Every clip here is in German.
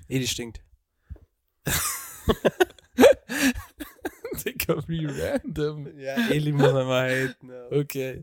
Die stinkt. Digga, wie random. Ja, Eli muss man mal haten. Okay.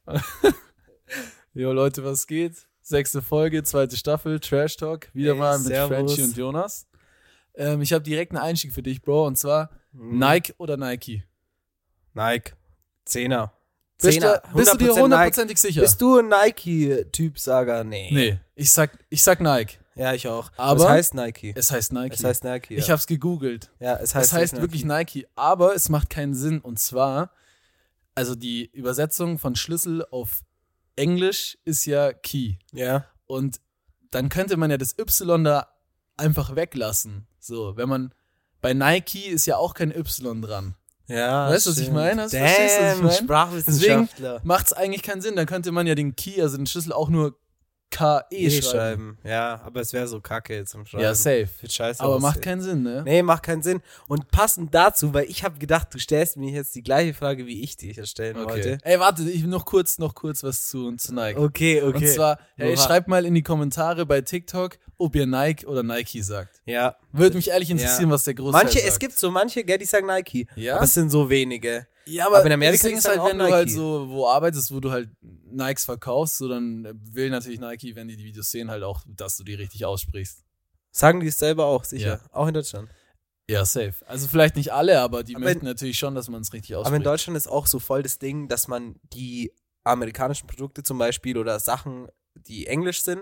Jo, Leute, was geht? 6. Folge, 2. Staffel, Trash Talk. Wieder mal mit servus. Frenchie und Jonas. Ich habe direkt einen Einstieg für dich, Bro. Und zwar Nike oder Nike? Nike. 10er. Bist du dir 100%ig sicher? Bist du ein Nike-Typ, Sager? Nee. Ich sag Nike. Ja, ich auch. Aber es heißt Nike. Es heißt Nike. Ja. Ich hab's gegoogelt. Ja, es heißt wirklich Nike, aber es macht keinen Sinn. Und zwar, also die Übersetzung von Schlüssel auf Englisch ist ja Key. Ja. Und dann könnte man ja das Y da einfach weglassen. So, wenn man, bei Nike ist ja auch kein Y dran. Ja, Weißt du, was ich meine? Verstehst du, was ich meine? Sprachwissenschaftler. Deswegen macht es eigentlich keinen Sinn. Dann könnte man ja den Key, also den Schlüssel auch nur KE schreiben. Ja, aber es wäre so kacke zum Schreiben. Ja, safe. Wird scheiße Aber aussehen. macht keinen Sinn, ne? Nee, macht keinen Sinn. Und passend dazu, weil ich habe gedacht, du stellst mir jetzt die gleiche Frage, wie ich die hier stellen wollte. Ey, warte, ich will noch kurz was zu Nike. Okay. Und zwar, schreibt mal in die Kommentare bei TikTok, ob ihr Nike oder Nike sagt. Ja. Würde mich ehrlich interessieren, was der Großteil sagt. Es gibt so manche, gell, die sagen Nike. Ja? Aber es sind so wenige. Ja, aber in Amerika das Ding ist halt, auch wenn Nike. du halt so wo arbeitest, wo du halt Nikes verkaufst, so dann will natürlich Nike, wenn die Videos sehen, halt auch, dass du die richtig aussprichst. Sagen die es selber auch, sicher. Ja. Auch in Deutschland. Ja, safe. Also vielleicht nicht alle, aber die möchten natürlich schon, dass man es richtig ausspricht. Aber in Deutschland ist auch so voll das Ding, dass man die amerikanischen Produkte zum Beispiel oder Sachen, die englisch sind,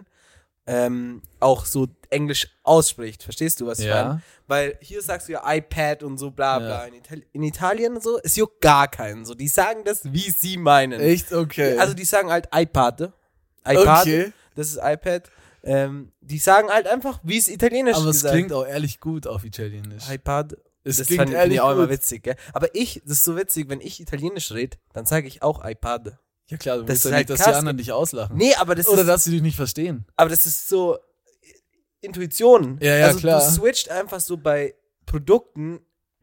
auch so englisch ausspricht. Verstehst du, was ich meine? Weil hier sagst du ja iPad und so bla bla. Ja. In Italien so, es juckt gar keinen. So, die sagen das, wie sie meinen. Echt? Okay. Also die sagen halt iPad, okay. Das ist iPad. Die sagen halt einfach, wie es italienisch aber gesagt. Es klingt auch ehrlich gut auf Italienisch. iPad. Es das klingt finde ehrlich ich auch immer gut. witzig, gell? Aber das ist so witzig, wenn ich Italienisch rede, dann sage ich auch iPad. Ja klar, du Das willst ist ja halt nicht, dass krass. die anderen dich auslachen. Nee, aber das Oder ist, dass sie dich nicht verstehen. aber das ist so Intuition. Ja, also klar. du switcht einfach so bei Produkten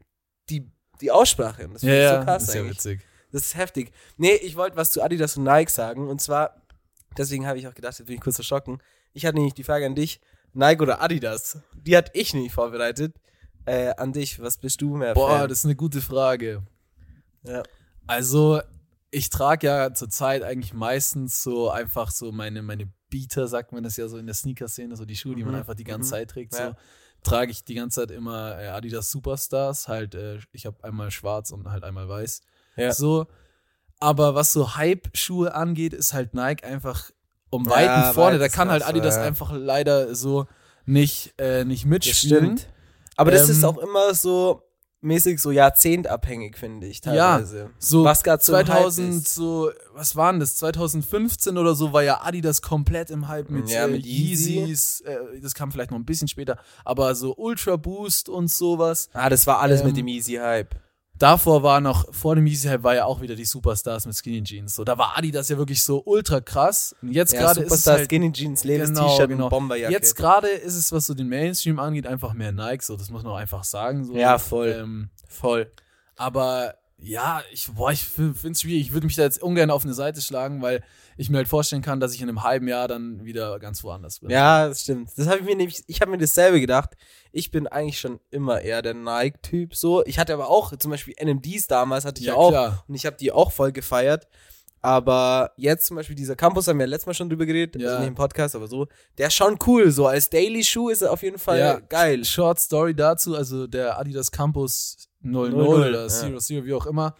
die Aussprache. Das finde ich so krass das ist ja eigentlich. witzig. Das ist heftig. Nee, ich wollte was zu Adidas und Nike sagen. Und zwar, deswegen habe ich auch gedacht, jetzt bin ich kurz erschrocken. Ich hatte nämlich die Frage an dich, Nike oder Adidas? Die hatte ich nicht vorbereitet. An dich, was bist du mehr Boah, Fan? das ist eine gute Frage. Ja. Also, ich trage ja zurzeit eigentlich meistens so einfach so meine Beater, sagt man das ja so in der Sneaker-Szene, so die Schuhe, die man einfach die ganze Zeit trägt. So Ja. trage ich die ganze Zeit immer Adidas Superstars, halt, ich habe einmal schwarz und halt einmal weiß. Ja. So, aber was so Hype-Schuhe angeht, ist halt Nike einfach um Ja, Weiten vorne. Da weit kann halt krass, Adidas ja. einfach leider so nicht Das mitspielen. stimmt. Aber das ist Ähm, auch immer so mäßig so jahrzehntabhängig, finde ich teilweise. So was gerade so 2000, ist. so, was waren das? 2015 oder so war ja Adidas komplett im Hype mit, mit Yeezy. Yeezys. Das kam vielleicht noch ein bisschen später. Aber so Ultra Boost und sowas. Das war alles mit Ähm, dem Easy Hype. Davor war noch, vor dem Yeezy Hype war ja auch wieder die Superstars mit Skinny Jeans. So, da war Adidas ja wirklich so ultra krass. Und jetzt gerade ist es Superstar, halt, Skinny Jeans, Levis Genau, T-Shirt genau. und Bomberjacke. jetzt gerade ist es, was so den Mainstream angeht, einfach mehr Nike. So, das muss man auch einfach sagen. So. Ja, voll. Voll. Aber ja, ich finde es schwierig. Ich würde mich da jetzt ungern auf eine Seite schlagen, weil ich mir halt vorstellen kann, dass ich in einem halben Jahr dann wieder ganz woanders bin. Ja, das stimmt. Das habe ich habe mir dasselbe gedacht. Ich bin eigentlich schon immer eher der Nike-Typ so. Ich hatte aber auch zum Beispiel NMDs damals, hatte ich Ja, auch. klar. Und ich habe die auch voll gefeiert. Aber jetzt zum Beispiel dieser Campus, haben wir letztes Mal schon drüber geredet, Ja. also nicht im Podcast, aber so, der ist schon cool. So als Daily-Schuh ist er auf jeden Fall geil. Short Story dazu, also der Adidas Campus 00 00, oder 00, wie auch immer,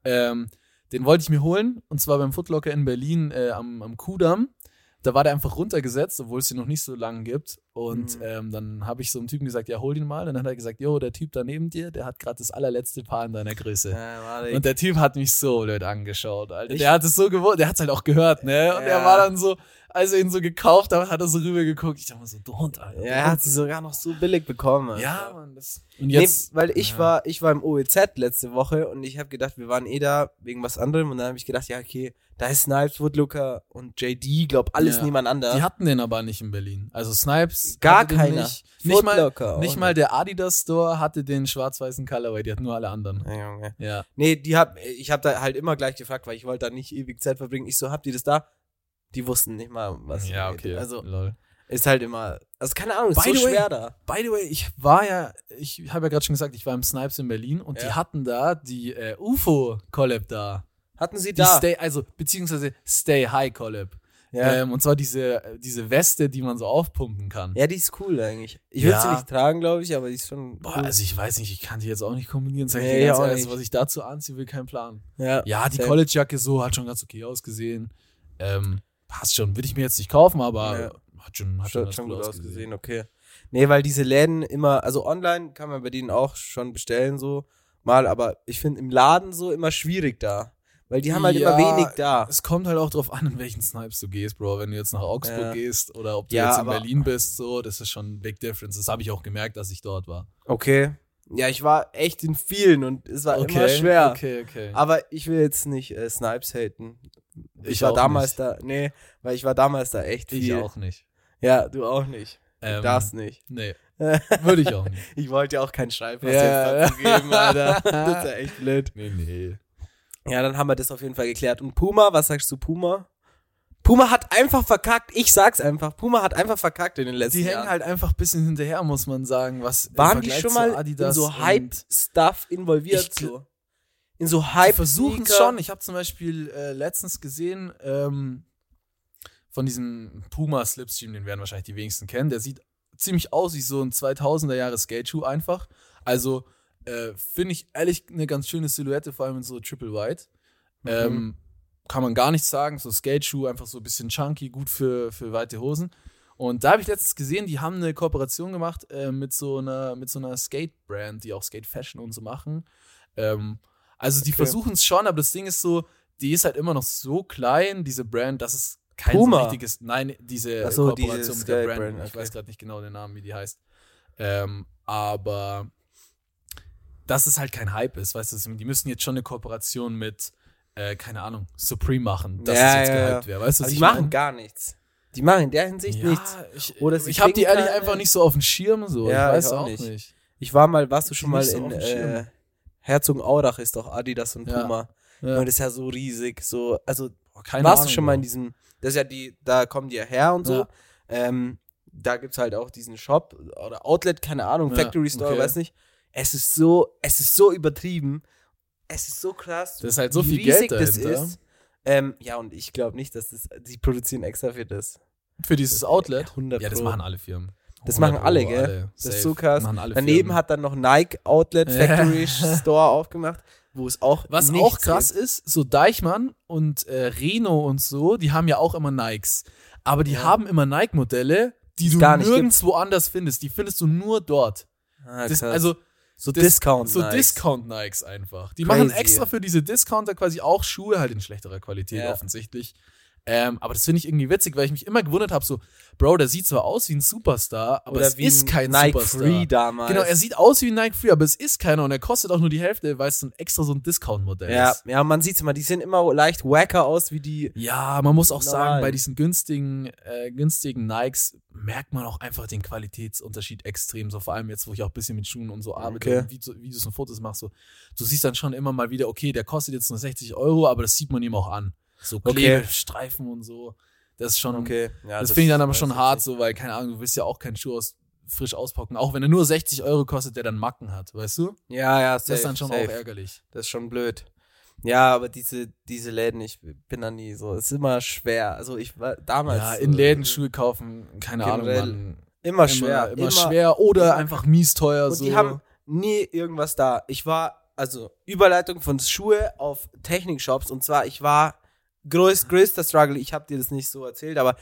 den wollte ich mir holen, und zwar beim Foot Locker in Berlin am Kudamm. Da war der einfach runtergesetzt, obwohl es den noch nicht so lange gibt. Und dann habe ich so einem Typen gesagt, ja, hol ihn mal. Und dann hat er gesagt, jo, der Typ da neben dir, der hat gerade das allerletzte Paar in deiner Größe. Und der Typ hat mich so blöd angeschaut, Alter. Der hat es so gewohnt, der hat es halt auch gehört, ne? Und er war dann so, als er ihn so gekauft hat, hat er so rübergeguckt. Ich dachte mal so, du Hund, Alter. Ja, er hat sie sogar noch so billig bekommen. Alter. Ja, Mann, das. Und jetzt. Nee, weil ich war im OEZ letzte Woche und ich habe gedacht, wir waren da wegen was anderem und dann habe ich gedacht, ja, okay, da ist Snipes, Footlocker und JD, glaub, alles nebeneinander. Die hatten den aber nicht in Berlin. Also Snipes. Gar hatte den keiner. Nicht mal der Adidas Store hatte den schwarz-weißen Colorway, die hatten nur alle anderen. Ja, Junge. Ja. Nee, ich habe da halt immer gleich gefragt, weil ich wollte da nicht ewig Zeit verbringen. Ich so, habt ihr das da? Die wussten nicht mal, was. Ja, okay. Also, lol. Ist halt immer, also keine Ahnung, ist so schwer da. By the way, ich habe ja gerade schon gesagt, ich war im Snipes in Berlin und die hatten da die UFO-Collab da. Hatten sie da? Beziehungsweise Stay High Collab. Ja. Und zwar diese Weste, die man so aufpumpen kann. Ja, die ist cool eigentlich. Ich würde sie nicht tragen, glaube ich, aber die ist schon cool. Cool. Also ich weiß nicht, ich kann die jetzt auch nicht kombinieren. Sag ich dir ganz ehrlich, was ich dazu anziehe, will kein Plan. Ja, die College-Jacke so hat schon ganz okay ausgesehen. Passt schon. Würde ich mir jetzt nicht kaufen, aber hat schon gut ausgesehen. Okay. Nee, weil diese Läden immer, also online kann man bei denen auch schon bestellen so mal, aber ich finde im Laden so immer schwierig da. Weil die haben halt immer wenig da. Es kommt halt auch drauf an, in welchen Snipes du gehst, Bro. Wenn du jetzt nach Augsburg gehst oder ob du jetzt in Berlin bist, so, das ist schon ein Big Difference. Das habe ich auch gemerkt, dass ich dort war. Okay. Ja, ich war echt in vielen und es war immer schwer. Okay. Aber ich will jetzt nicht Snipes haten. Ich war damals da, weil ich war damals da echt viel. Ich auch nicht. Ja, du auch nicht. Du darfst nicht. Nee. Würde ich auch nicht. Ich wollte ja auch keinen Schreibpass jetzt dazu geben, Alter. Das ist ja echt blöd. Nee. Ja, dann haben wir das auf jeden Fall geklärt. Und Puma, was sagst du, Puma? Puma hat einfach verkackt. Ich sag's einfach. Puma hat einfach verkackt in den letzten Jahren. Die hängen halt einfach ein bisschen hinterher, muss man sagen. Waren die schon mal in so Hype-Stuff involviert? In so Hype. Die versuchen es schon. Ich habe zum Beispiel letztens gesehen von diesem Puma Slipstream, den werden wahrscheinlich die wenigsten kennen. Der sieht ziemlich aus wie so ein 2000er Jahre Skateshoe einfach. Also finde ich ehrlich eine ganz schöne Silhouette, vor allem in so Triple White. Kann man gar nichts sagen. So Skateshoe, einfach so ein bisschen chunky, gut für weite Hosen. Und da habe ich letztens gesehen, die haben eine Kooperation gemacht mit so einer Skate-Brand, die auch Skate-Fashion und so machen. Also die versuchen es schon, aber das Ding ist so, die ist halt immer noch so klein, diese Brand, dass es kein so richtiges, nein, diese Kooperation mit der Brand. Ich weiß gerade nicht genau den Namen, wie die heißt. Aber dass es halt kein Hype ist, weißt du, die müssen jetzt schon eine Kooperation mit, keine Ahnung, Supreme machen, dass es jetzt gehypt wäre, weißt du, also die machen gar nichts. Die machen in der Hinsicht nichts. Ich habe die ehrlich einfach nicht so auf dem Schirm, so. Ja, ich weiß auch nicht. Warst du schon mal in Herzogenaurach ist doch Adidas und Puma. Ja. Und das ist ja so riesig, so, also, warst du schon mal in diesem, das ist ja da kommen die ja her und so. Da gibt's halt auch diesen Shop oder Outlet, keine Ahnung, Factory Store, weiß nicht. Es ist so übertrieben. Es ist so krass. Das ist halt so viel Geld dahinter. Das ist. Ja, und ich glaube nicht, dass die produzieren extra für das. Für dieses Outlet? 100 Ja, das machen alle Firmen. Das machen alle, gell? Alle. Das ist so krass. Daneben hat dann noch Nike Outlet Factory Store aufgemacht, wo es auch was auch krass ist, so Deichmann und Reno und so, die haben ja auch immer Nikes. Aber die haben immer Nike-Modelle, die du nirgendwo anders findest. Die findest du nur dort. Also so Discount-Nikes. So Discount-Nikes einfach. Die machen extra für diese Discounter quasi auch Schuhe, halt in schlechterer Qualität offensichtlich. Aber das finde ich irgendwie witzig, weil ich mich immer gewundert habe, so, Bro, der sieht zwar aus wie ein Superstar, aber es ist kein Nike Superstar. Free damals. Genau, er sieht aus wie ein Nike Free, aber es ist keiner und er kostet auch nur die Hälfte, weil es extra so ein Discount-Modell ist. Ja, man sieht's immer, die sehen immer leicht wacker aus wie die. Ja, man muss auch sagen, bei diesen günstigen Nikes merkt man auch einfach den Qualitätsunterschied extrem, so vor allem jetzt, wo ich auch ein bisschen mit Schuhen und so arbeite und Videos und Fotos mache, so, du siehst dann schon immer mal wieder, okay, der kostet jetzt nur 60 €, aber das sieht man ihm auch an. So Klebestreifen und so. Das ist schon, das finde ich dann aber schon hart, so, weil, keine Ahnung, du willst ja auch keinen Schuh frisch auspacken, auch wenn er nur 60 € kostet, der dann Macken hat, weißt du? Ja, das ist dann schon auch ärgerlich. Das ist schon blöd. Ja, aber diese Läden, ich bin da nie so, es ist immer schwer. Also ich war damals. Ja, in Läden Schuhe kaufen, keine Ahnung, Mann. Immer schwer. Immer schwer oder einfach mies teuer. Und so. Die haben nie irgendwas da. Also Überleitung von Schuhe auf Technikshops, und zwar, ich war größter Struggle, ich habe dir das nicht so erzählt, aber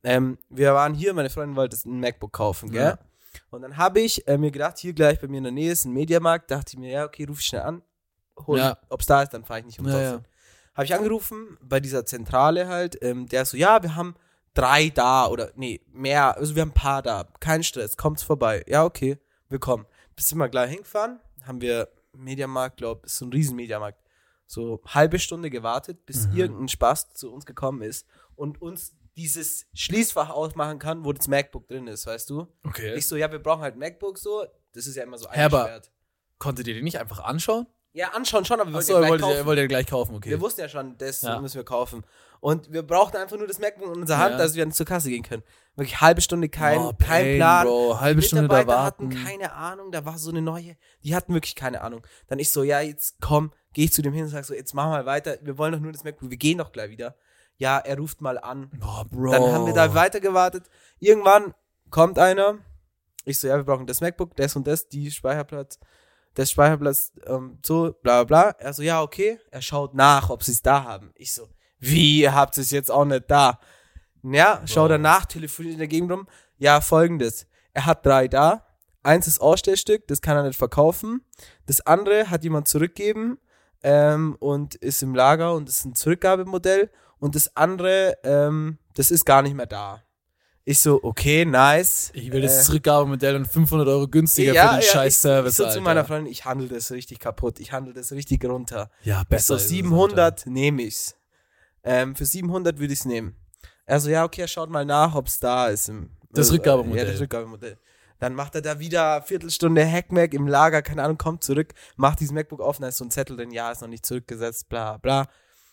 wir waren hier, meine Freundin wollte ein MacBook kaufen, gell? Ja. Und dann habe ich mir gedacht, hier gleich bei mir in der Nähe ist ein Mediamarkt, dachte ich mir, ja, okay, ruf ich schnell an, ob es da ist, dann fahre ich nicht umsonst. Ja. Habe ich angerufen, bei dieser Zentrale halt, der ist so, ja, wir haben 3 da, oder nee, mehr, also wir haben ein paar da, kein Stress, kommt's vorbei. Ja, okay, wir kommen. Sind wir gleich hingefahren, haben wir Mediamarkt, glaube ich, ist so ein riesen Mediamarkt, so halbe Stunde gewartet, bis irgendein Spaß zu uns gekommen ist und uns dieses Schließfach ausmachen kann, wo das MacBook drin ist, weißt du? Okay. Ich so, ja, wir brauchen halt MacBook so, das ist ja immer so eingesperrt. Konntet ihr den nicht einfach anschauen? Ja, anschauen schon, aber wir Achso, wollt ihr gleich kaufen, okay. Wir wussten ja schon, das müssen wir kaufen. Und wir brauchten einfach nur das MacBook in unserer Hand, dass wir dann zur Kasse gehen können. Wirklich halbe Stunde kein Plan. Bro, halbe Stunde da warten. Die Mitarbeiter hatten keine Ahnung, da war so eine neue, die hatten wirklich keine Ahnung. Dann ich so, ja, jetzt komm, gehe ich zu dem hin und sag so, jetzt machen wir weiter, wir wollen doch nur das MacBook, wir gehen doch gleich wieder. Ja, er ruft mal an. Oh, Bro. Dann haben wir da weiter gewartet. Irgendwann kommt einer, ich so, ja, wir brauchen das MacBook, das und das, das Speicherplatz, so, bla bla bla. Er so, ja, okay. Er schaut nach, ob sie es da haben. Ich so, wie, ihr habt es jetzt auch nicht da? Ja, schau danach, telefoniert in der Gegend rum. Ja, folgendes. Er hat 3 da. 1 ist Ausstellstück, das kann er nicht verkaufen. Das andere hat jemand zurückgegeben und ist im Lager und ist ein Zurückgabemodell. Und das andere, das ist gar nicht mehr da. Ich so, okay, nice. Ich will das Zurückgabemodell und 500 € günstiger für den scheiß Service, ich so zu meiner Freundin, ich handle das richtig kaputt. Ich handle das richtig runter. Ja, besser. Ich so, 700 nehme ich's. Für 700 würde ich's nehmen. Er so, ja, okay, er schaut mal nach, ob's da ist. Das Rückgabemodell. Ja, das Rückgabemodell. Dann macht er da wieder Viertelstunde Hackmack im Lager, keine Ahnung, kommt zurück, macht dieses MacBook auf, und da ist so ein Zettel drin, ja, ist noch nicht zurückgesetzt, bla bla.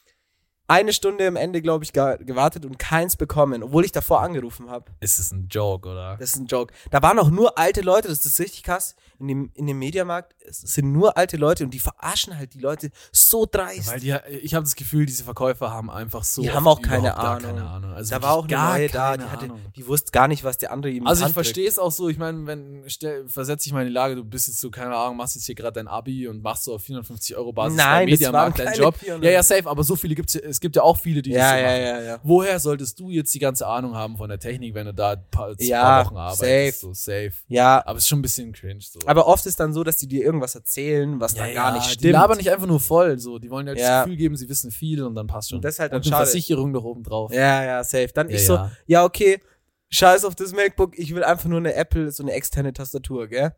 1 Stunde am Ende, glaube ich, gewartet und keins bekommen, obwohl ich davor angerufen habe. Ist das ein Joke, oder? Das ist ein Joke. Da waren auch nur alte Leute, das ist richtig krass. In dem Mediamarkt, es sind nur alte Leute und die verarschen halt die Leute so dreist. Weil ich habe das Gefühl, diese Verkäufer haben einfach so. Die haben auch keine Ahnung. Keine Ahnung. Also da war auch eine neue da, die wusste gar nicht, was der andere ihm Also ich verstehe es auch so, ich meine, versetze dich mal in die Lage, du bist jetzt so, keine Ahnung, machst jetzt hier gerade dein Abi und machst so auf 450 € Basis beim Mediamarkt deinen Job. 400. Ja, safe, aber so viele gibt's ja, es gibt ja auch viele, die das so machen. Ja. Woher solltest du jetzt die ganze Ahnung haben von der Technik, wenn du da ein paar Wochen arbeitest? So safe. Ja. Aber es ist schon ein bisschen cringe so. Aber oft ist dann so, dass die dir irgendwas erzählen, was dann gar nicht stimmt. Die labern nicht einfach nur voll, so. Die wollen ja das Gefühl geben, sie wissen viel und dann passt schon. Und das ist halt dann schade. Versicherung noch oben drauf. Ja, safe. Dann ja, okay, scheiß auf das MacBook, ich will einfach nur eine Apple, so eine externe Tastatur, gell?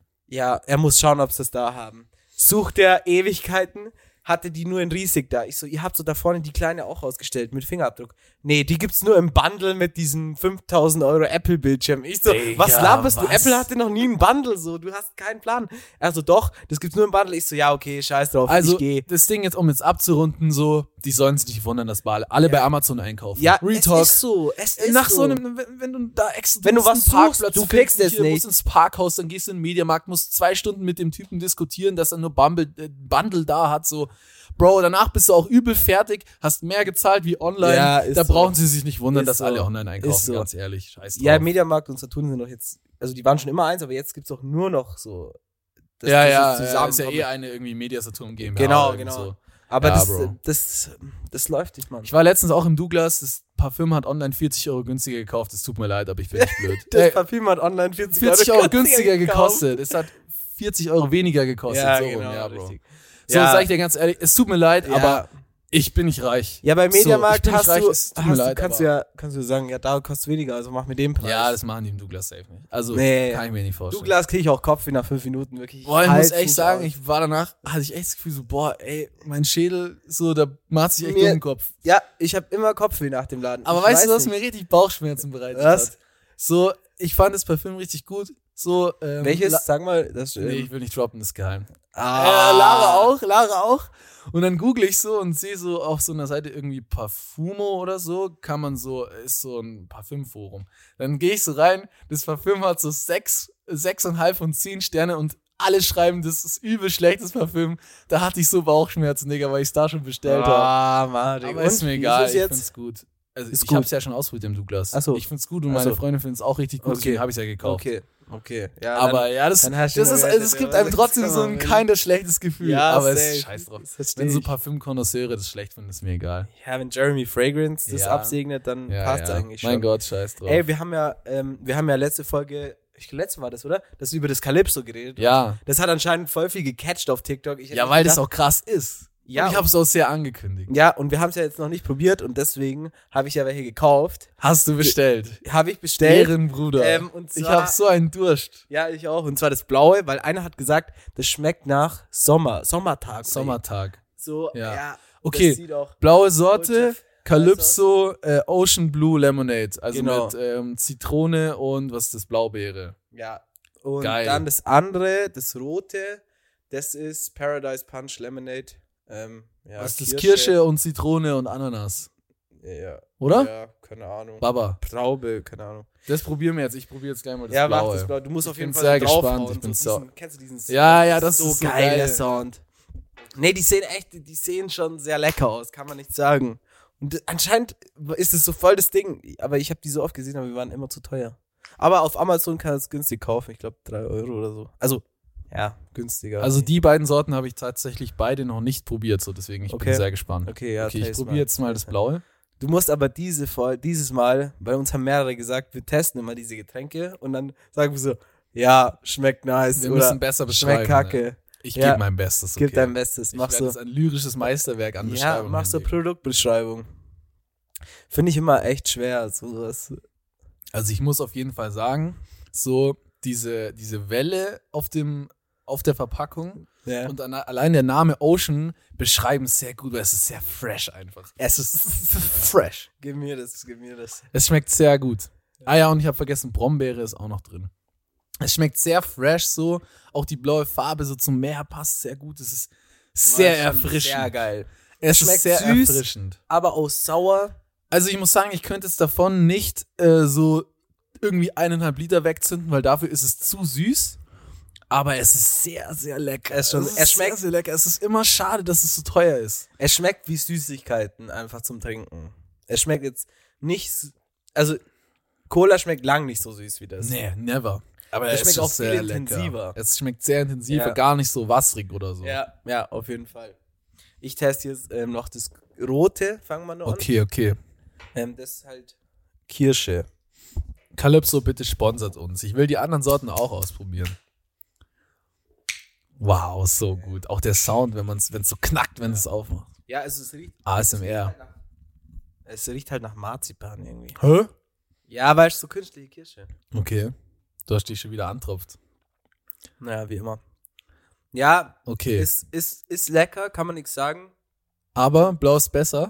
Ja, er muss schauen, ob sie das da haben. Sucht er Ewigkeiten, hatte die nur in riesig da. Ich so, ihr habt so da vorne die kleine auch ausgestellt mit Fingerabdruck. Nee, die gibt's nur im Bundle mit diesem 5.000 € Apple-Bildschirm. Ich so, was laberst du? Apple hatte noch nie einen Bundle, so, du hast keinen Plan. Er so, doch, das gibt's nur im Bundle. Ich so, ja, okay, scheiß drauf, also, ich geh. Das Ding jetzt, um jetzt abzurunden, so, die sollen sich nicht wundern, dass alle bei Amazon einkaufen. Ja, Retalk. es ist so, Nach so einem, wenn du da extra, wenn du was suchst, du kriegst es nicht. Du musst ins Parkhaus, dann gehst du in den Mediamarkt, musst 2 Stunden mit dem Typen diskutieren, dass er nur Bundle da hat, so. Bro, danach bist du auch übel fertig, hast mehr gezahlt wie online. Ja, da brauchen sie sich nicht wundern, dass alle online einkaufen, ganz ehrlich. Scheiß drauf. Ja, Mediamarkt und Saturn sind doch jetzt, also die waren schon immer eins, aber jetzt gibt's auch nur noch so. Ist ja eine irgendwie Media Saturn GmbH. Genau. So. Aber das läuft nicht, Mann. Ich war letztens auch im Douglas, das Parfüm hat online 40 € günstiger gekauft, es tut mir leid, aber ich bin nicht blöd. Das Parfüm hat online 40 € günstiger gekostet. Es hat 40 € weniger gekostet. Ja, so genau, ja, Bro. richtig. So, sag ich dir ganz ehrlich, es tut mir leid, aber ich bin nicht reich. Ja, bei Mediamarkt kannst du sagen, ja, da kostet weniger, also mach mit dem Preis. Ja, das machen die im Douglas safe nicht. Also, kann ich mir nicht vorstellen. Douglas kriege ich auch Kopf nach 5 Minuten, wirklich. Boah, ich muss echt sagen, ich war danach, hatte ich echt das Gefühl so, boah, ey, mein Schädel, so, da macht sich echt um Kopf. Ja, ich habe immer Kopfweh nach dem Laden. Aber weißt du, was mir richtig Bauchschmerzen bereitet hat? So, ich fand das Parfüm richtig gut. So, welches? Sag mal. Nee, ich will nicht droppen, das ist geheim. Lara auch. Und dann google ich so und sehe so auf so einer Seite irgendwie Parfumo oder so, ist so ein Parfümforum. Dann gehe ich so rein, das Parfüm hat so 6,5 von 10 Sterne und alle schreiben, das ist übel schlechtes Parfüm. Da hatte ich so Bauchschmerzen, Digga, weil ich es da schon bestellt habe. Mann, aber ist mir egal, ich find's gut. Also ich hab's ja schon ausprobiert im Douglas. Ach so. Ich find's gut und meine Freundin find's auch richtig gut, deswegen habe ich's ja gekauft. Okay. Ja, aber es gibt einem trotzdem so ein kein schlechtes Gefühl. Ja, aber es ist scheiß drauf. Wenn so Parfümkonnoisseure das schlecht finden, ist mir egal. Ja, wenn Jeremy Fragrance das absegnet, dann passt eigentlich schon. Mein Gott, scheiß drauf. Ey, wir haben ja letzte Folge, ich glaube, letzte war das, oder? Das ist über das Calypso geredet. Ja. Das hat anscheinend voll viel gecatcht auf TikTok. Weil das auch krass ist. Ja, und ich habe es auch sehr angekündigt. Ja, und wir haben es ja jetzt noch nicht probiert und deswegen habe ich ja welche gekauft. Hast du bestellt? Habe ich bestellt. Ehrenbruder. Und zwar, ich habe so einen Durst. Ja, ich auch. Und zwar das Blaue, weil einer hat gesagt, das schmeckt nach Sommertag. So, ja. Okay, das sieht auch blaue Sorte, Calypso, Ocean Blue Lemonade. Also mit Zitrone und was ist das, Blaubeere. Ja. Und geil. dann das andere, das Rote, Das ist Paradise Punch Lemonade. Ja, was ist das? Kirsche und Zitrone und Ananas. Ja. Oder? Ja, keine Ahnung. Baba. Traube, keine Ahnung. Das probieren wir jetzt. Ich probiere jetzt gleich mal das Blaue. Blaue. Ja, mach das Blaue. Du musst auf jeden Fall sehr gespannt. Ich bin Kennst du diesen Sound? Ja, das ist so geil, der Sound. Nee, die sehen schon sehr lecker aus, kann man nicht sagen. Und anscheinend ist es so voll das Ding. Aber ich habe die so oft gesehen, aber wir waren immer zu teuer. Aber auf Amazon kann man es günstig kaufen. Ich glaube 3 Euro oder so. Also, ja, günstiger. Also die beiden Sorten habe ich tatsächlich beide noch nicht probiert. So, deswegen ich bin sehr gespannt. Okay, ich probiere jetzt mal das Blaue. Du musst aber dieses Mal, bei uns haben mehrere gesagt, wir testen immer diese Getränke und dann sagen wir so, ja, schmeckt nice wir oder müssen besser beschreiben, schmeckt kacke. Ne? Ich gebe mein Bestes. Okay. Gib dein Bestes. Ich werde jetzt ein lyrisches Meisterwerk an Beschreibung. Ja, mach so Produktbeschreibung. Finde ich immer echt schwer. Sowas. Also ich muss auf jeden Fall sagen, so diese Welle auf der Verpackung und allein der Name Ocean beschreiben es sehr gut, weil es ist sehr fresh einfach. Es ist fresh. Gib mir das. Es schmeckt sehr gut. Ah ja, und ich habe vergessen, Brombeere ist auch noch drin. Es schmeckt sehr fresh so, auch die blaue Farbe so zum Meer passt sehr gut. Es ist sehr erfrischend. Sehr geil. Es schmeckt sehr süß, erfrischend. Aber auch sauer. Also ich muss sagen, ich könnte jetzt davon nicht so irgendwie 1,5 Liter wegzünden, weil dafür ist es zu süß. Aber es ist sehr, sehr lecker. Es schmeckt sehr lecker. Es ist immer schade, dass es so teuer ist. Es schmeckt wie Süßigkeiten einfach zum Trinken. Es schmeckt jetzt nicht, also Cola schmeckt lang nicht so süß wie das. Nee, never. Aber es schmeckt auch sehr viel intensiver. Es schmeckt sehr intensiver, gar nicht so wasserig oder so. Ja, auf jeden Fall. Ich teste jetzt noch das Rote, fangen wir noch an. Okay. Das ist halt Kirsche. Calypso, bitte sponsert uns. Ich will die anderen Sorten auch ausprobieren. Wow, so gut. Auch der Sound, wenn es so knackt, wenn es aufmacht. Ja, es riecht ASMR. Es riecht halt nach Marzipan irgendwie. Hä? Ja, weil es so künstliche Kirsche. Okay. Du hast dich schon wieder antropft. Naja, wie immer. Ja, okay. Ist lecker, kann man nichts sagen. Aber blau ist besser?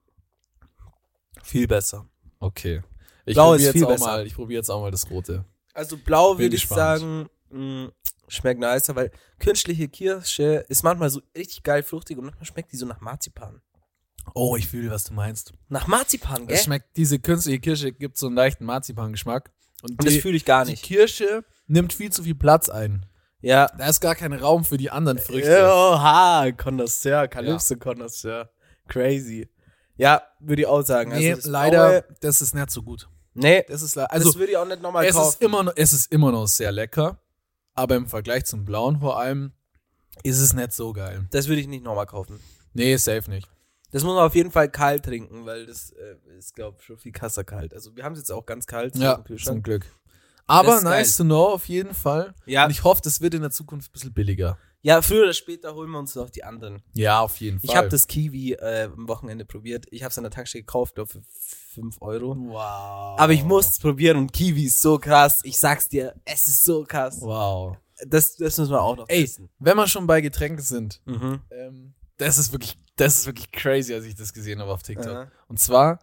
Viel besser. Okay. Blau ist viel besser. Ich probiere jetzt auch mal das Rote. Also blau würde ich sagen, schmeckt nicer, weil künstliche Kirsche ist manchmal so richtig geil fruchtig und manchmal schmeckt die so nach Marzipan. Oh, ich fühle, was du meinst. Nach Marzipan, gell? Es schmeckt, diese künstliche Kirsche gibt so einen leichten Marzipan-Geschmack. Und das fühle ich gar nicht. Die Kirsche nimmt viel zu viel Platz ein. Ja. Da ist gar kein Raum für die anderen Früchte. Oha, Connoisseur, Calypso-Connoisseur. Crazy. Ja, würde ich auch sagen. Nee, also leider, das ist nicht so gut. Nee, das würde ich auch nicht nochmal kaufen. Es ist immer noch sehr lecker, aber im Vergleich zum Blauen vor allem ist es nicht so geil. Das würde ich nicht nochmal kaufen. Nee, safe nicht. Das muss man auf jeden Fall kalt trinken, weil das ist, glaube ich, schon viel krasser kalt. Also wir haben es jetzt auch ganz kalt. Ja, zum Glück. Aber nice to know auf jeden Fall. Ja. Und ich hoffe, das wird in der Zukunft ein bisschen billiger. Ja, früher oder später holen wir uns noch die anderen. Ja, auf jeden Fall. Ich habe das Kiwi am Wochenende probiert. Ich habe es an der Tankstelle gekauft, glaube für 5 Euro. Wow. Aber ich musste es probieren und Kiwi ist so krass. Ich sag's dir, es ist so krass. Wow. Das müssen wir auch noch wissen. Wenn wir schon bei Getränken sind, das ist wirklich crazy, als ich das gesehen habe auf TikTok. Und zwar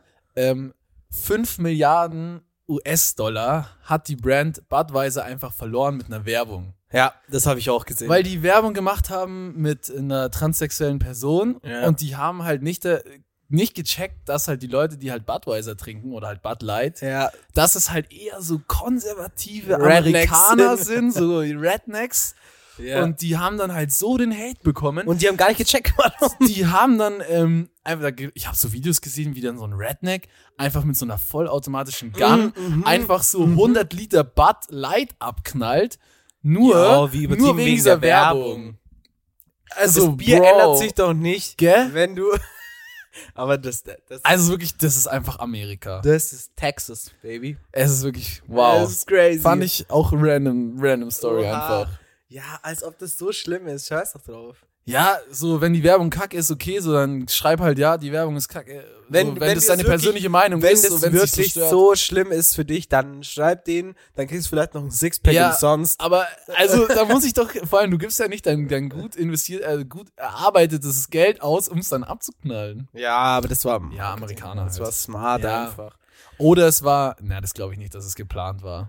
5 Milliarden US-Dollar hat die Brand Budweiser einfach verloren mit einer Werbung. Ja, das habe ich auch gesehen. Weil die Werbung gemacht haben mit einer transsexuellen Person und die haben halt nicht gecheckt, dass halt die Leute, die halt Budweiser trinken oder halt Bud Light, dass es halt eher so konservative Amerikaner sind, so Rednecks. Ja. Und die haben dann halt so den Hate bekommen. Und die haben gar nicht gecheckt, warum. Die haben dann ich habe so Videos gesehen, wie dann so ein Redneck einfach mit so einer vollautomatischen Gun einfach so 100 Liter Bud Light abknallt. Nur wegen dieser Werbung. Also das Bier ändert sich doch nicht, gell? Wenn du... Aber das also wirklich, das ist einfach Amerika. Das ist Texas, baby. Es ist wirklich, wow. Das ist crazy. Fand ich auch random Story einfach. Ja, als ob das so schlimm ist. Scheiß doch drauf. Ja, so, wenn die Werbung kacke ist, okay, so, dann schreib halt, ja, die Werbung ist kacke. Wenn das deine persönliche Meinung ist, wenn es wirklich so schlimm ist für dich, dann schreib den, dann kriegst du vielleicht noch ein Sixpack umsonst. Aber, also, da muss ich doch, vor allem, du gibst ja nicht dein gut gut erarbeitetes Geld aus, um es dann abzuknallen. Ja, aber das war Amerikaner. Das war smart einfach. Oder es war, das glaube ich nicht, dass es geplant war.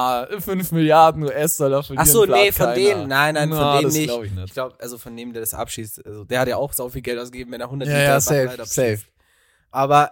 5 Milliarden US-Dollar für Ach so, nee, von denen, nein, von denen nicht. Glaube ich nicht. Ich glaube, also von dem, der das abschießt, also der hat ja auch so viel Geld ausgegeben, wenn er 100 Ja, safe. Aber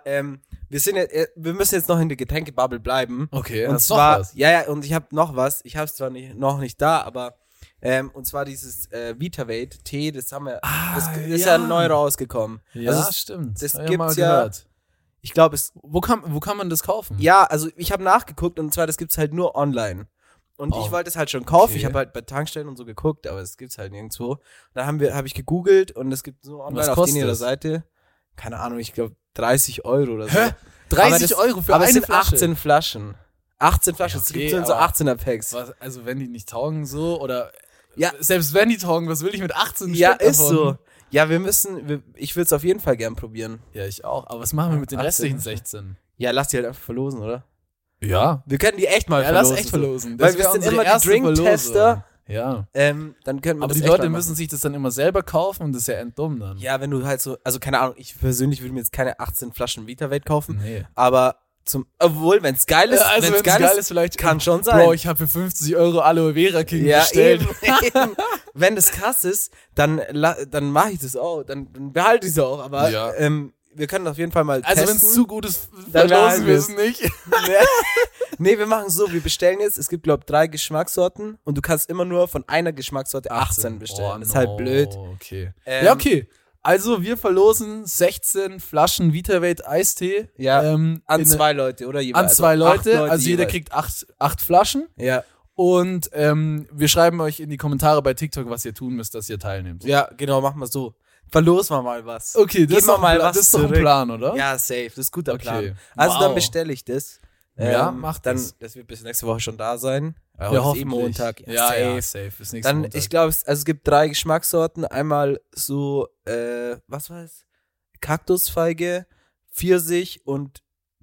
wir müssen jetzt noch in der Getränkebubble bleiben. Okay, und zwar, und ich habe noch was. Ich habe es zwar noch nicht da, aber und zwar dieses Vitavate Tee, das haben wir, das ist ja neu rausgekommen. Ja, also stimmt. Das gibt's ja gehört. Ich glaube, wo kann man das kaufen? Ja, also ich habe nachgeguckt und zwar, das gibt's halt nur online. Und ich wollte es halt schon kaufen. Okay. Ich habe halt bei Tankstellen und so geguckt, aber es gibt's halt nirgendwo. Dann habe ich gegoogelt und es gibt so online auf ihrer Seite. Keine Ahnung, ich glaube 30 € oder so. Hä? 30 € für eine Flasche? Aber es sind 18 Flaschen. 18 Flaschen, es gibt so 18er Packs. Also wenn die nicht taugen so, oder selbst wenn die taugen, was will ich mit 18 Stück davon? Ja, ist so. Ja, ich würde es auf jeden Fall gern probieren. Ja, ich auch. Aber was machen wir mit den restlichen 16? Ja, lass die halt einfach verlosen, oder? Ja. Wir können die echt mal verlosen. Lass echt verlosen. Weil wir sind immer die Drink-Tester. Ja. Dann können wir aber die Leute müssen sich das dann immer selber kaufen und das ist ja enddumm dann. Ja, wenn du halt so, also keine Ahnung, ich persönlich würde mir jetzt keine 18 Flaschen Vitavate kaufen. Nee. Aber obwohl, wenn es geil ist, wenn's geil ist, vielleicht kann schon sein. Bro, ich habe für 50 € Aloe Vera King bestellt. Eben. Wenn das krass ist, dann mache ich das auch, dann behalte ich es auch. Aber wir können auf jeden Fall mal testen. Also wenn es zu gut ist, verlosen wir es nicht. Nee, wir machen es so, wir bestellen jetzt, es gibt glaube ich 3 Geschmackssorten und du kannst immer nur von einer Geschmackssorte 18 bestellen. Das ist halt blöd. Okay. Okay. Also wir verlosen 16 Flaschen Vitavate Eistee. Ja, an 2 Leute, oder jeweils? An 2 Leute, also jeder kriegt 8 Flaschen. Ja. Und wir schreiben euch in die Kommentare bei TikTok, was ihr tun müsst, dass ihr teilnehmt. Ja, genau, machen wir so. Verlosen wir mal was. Okay, das ist doch ein Plan, oder? Ja, safe, das ist ein guter Plan. Also dann bestelle ich das. Mach das. Das wird bis nächste Woche schon da sein. Ja, ist Montag. Ja, safe. Bis nächste dann, Montag. Ich glaube, es gibt 3 Geschmackssorten. Einmal so, was war es? Kaktusfeige, Pfirsich und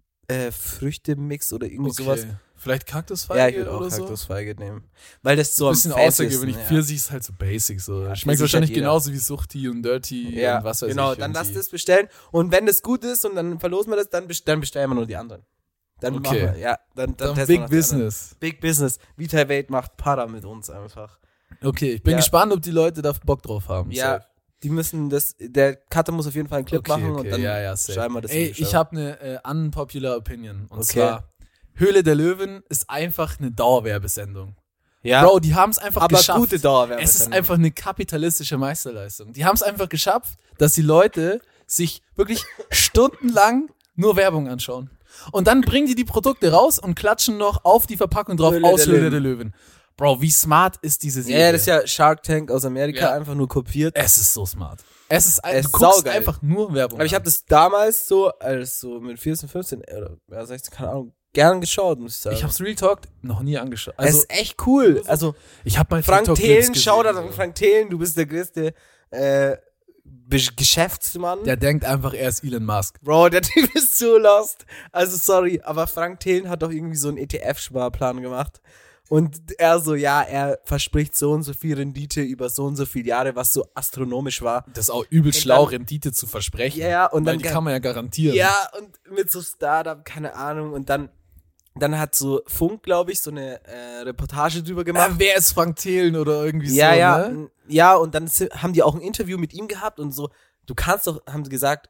Früchtemix oder irgendwie sowas. Vielleicht Kaktusfeige ja, ich würde oder auch so? Kaktusfeige nehmen. Weil das so ein bisschen außergewöhnlich. Pfirsich ist halt so basic. So. Ja, schmeckt wahrscheinlich genauso wie Suchti und Dirty und was weiß ich. Genau, dann lass das bestellen. Und wenn das gut ist und dann verlosen wir das, dann bestellen wir nur die anderen. Dann machen wir, dann Big Business. Big Business. Vitavate macht Para mit uns einfach. Okay, ich bin gespannt, ob die Leute da Bock drauf haben. Ja, safe. Die müssen der Cutter muss auf jeden Fall einen Clip machen und dann schreiben wir das. Ey, ich habe eine unpopular Opinion. Und zwar, Höhle der Löwen ist einfach eine Dauerwerbesendung. Ja. Bro, die haben es einfach geschafft. Aber gute Dauerwerbesendung. Es ist einfach eine kapitalistische Meisterleistung. Die haben es einfach geschafft, dass die Leute sich wirklich stundenlang nur Werbung anschauen. Und dann bringen die Produkte raus und klatschen noch auf die Verpackung drauf aus Höhle der Löwen. Bro, wie smart ist diese Serie? Ja, das ist ja Shark Tank aus Amerika, einfach nur kopiert. Es ist so smart. Du guckst einfach nur Werbung. Aber ich habe das damals als so mit 14, 15 oder 16, keine Ahnung, gern geschaut, muss ich sagen. Ich hab's Real Talk noch nie angeschaut. Also, es ist echt cool. Also, ich hab mal Frank Thelen, schau da an Frank Thelen, du bist der größte Geschäftsmann. Der denkt einfach, er ist Elon Musk. Bro, der Typ ist so lost. Also, sorry, aber Frank Thelen hat doch irgendwie so einen ETF-Sparplan gemacht. Und er verspricht so und so viel Rendite über so und so viele Jahre, was so astronomisch war. Das ist auch übel schlau, Rendite zu versprechen. Ja, und dann die kann man ja garantieren. Ja, und mit so Startup, keine Ahnung. Und dann hat so Funk, glaube ich, so eine Reportage drüber gemacht. Wer ist Frank Thelen oder irgendwie so, ne? Ja, und dann haben die auch ein Interview mit ihm gehabt und so, du kannst doch keine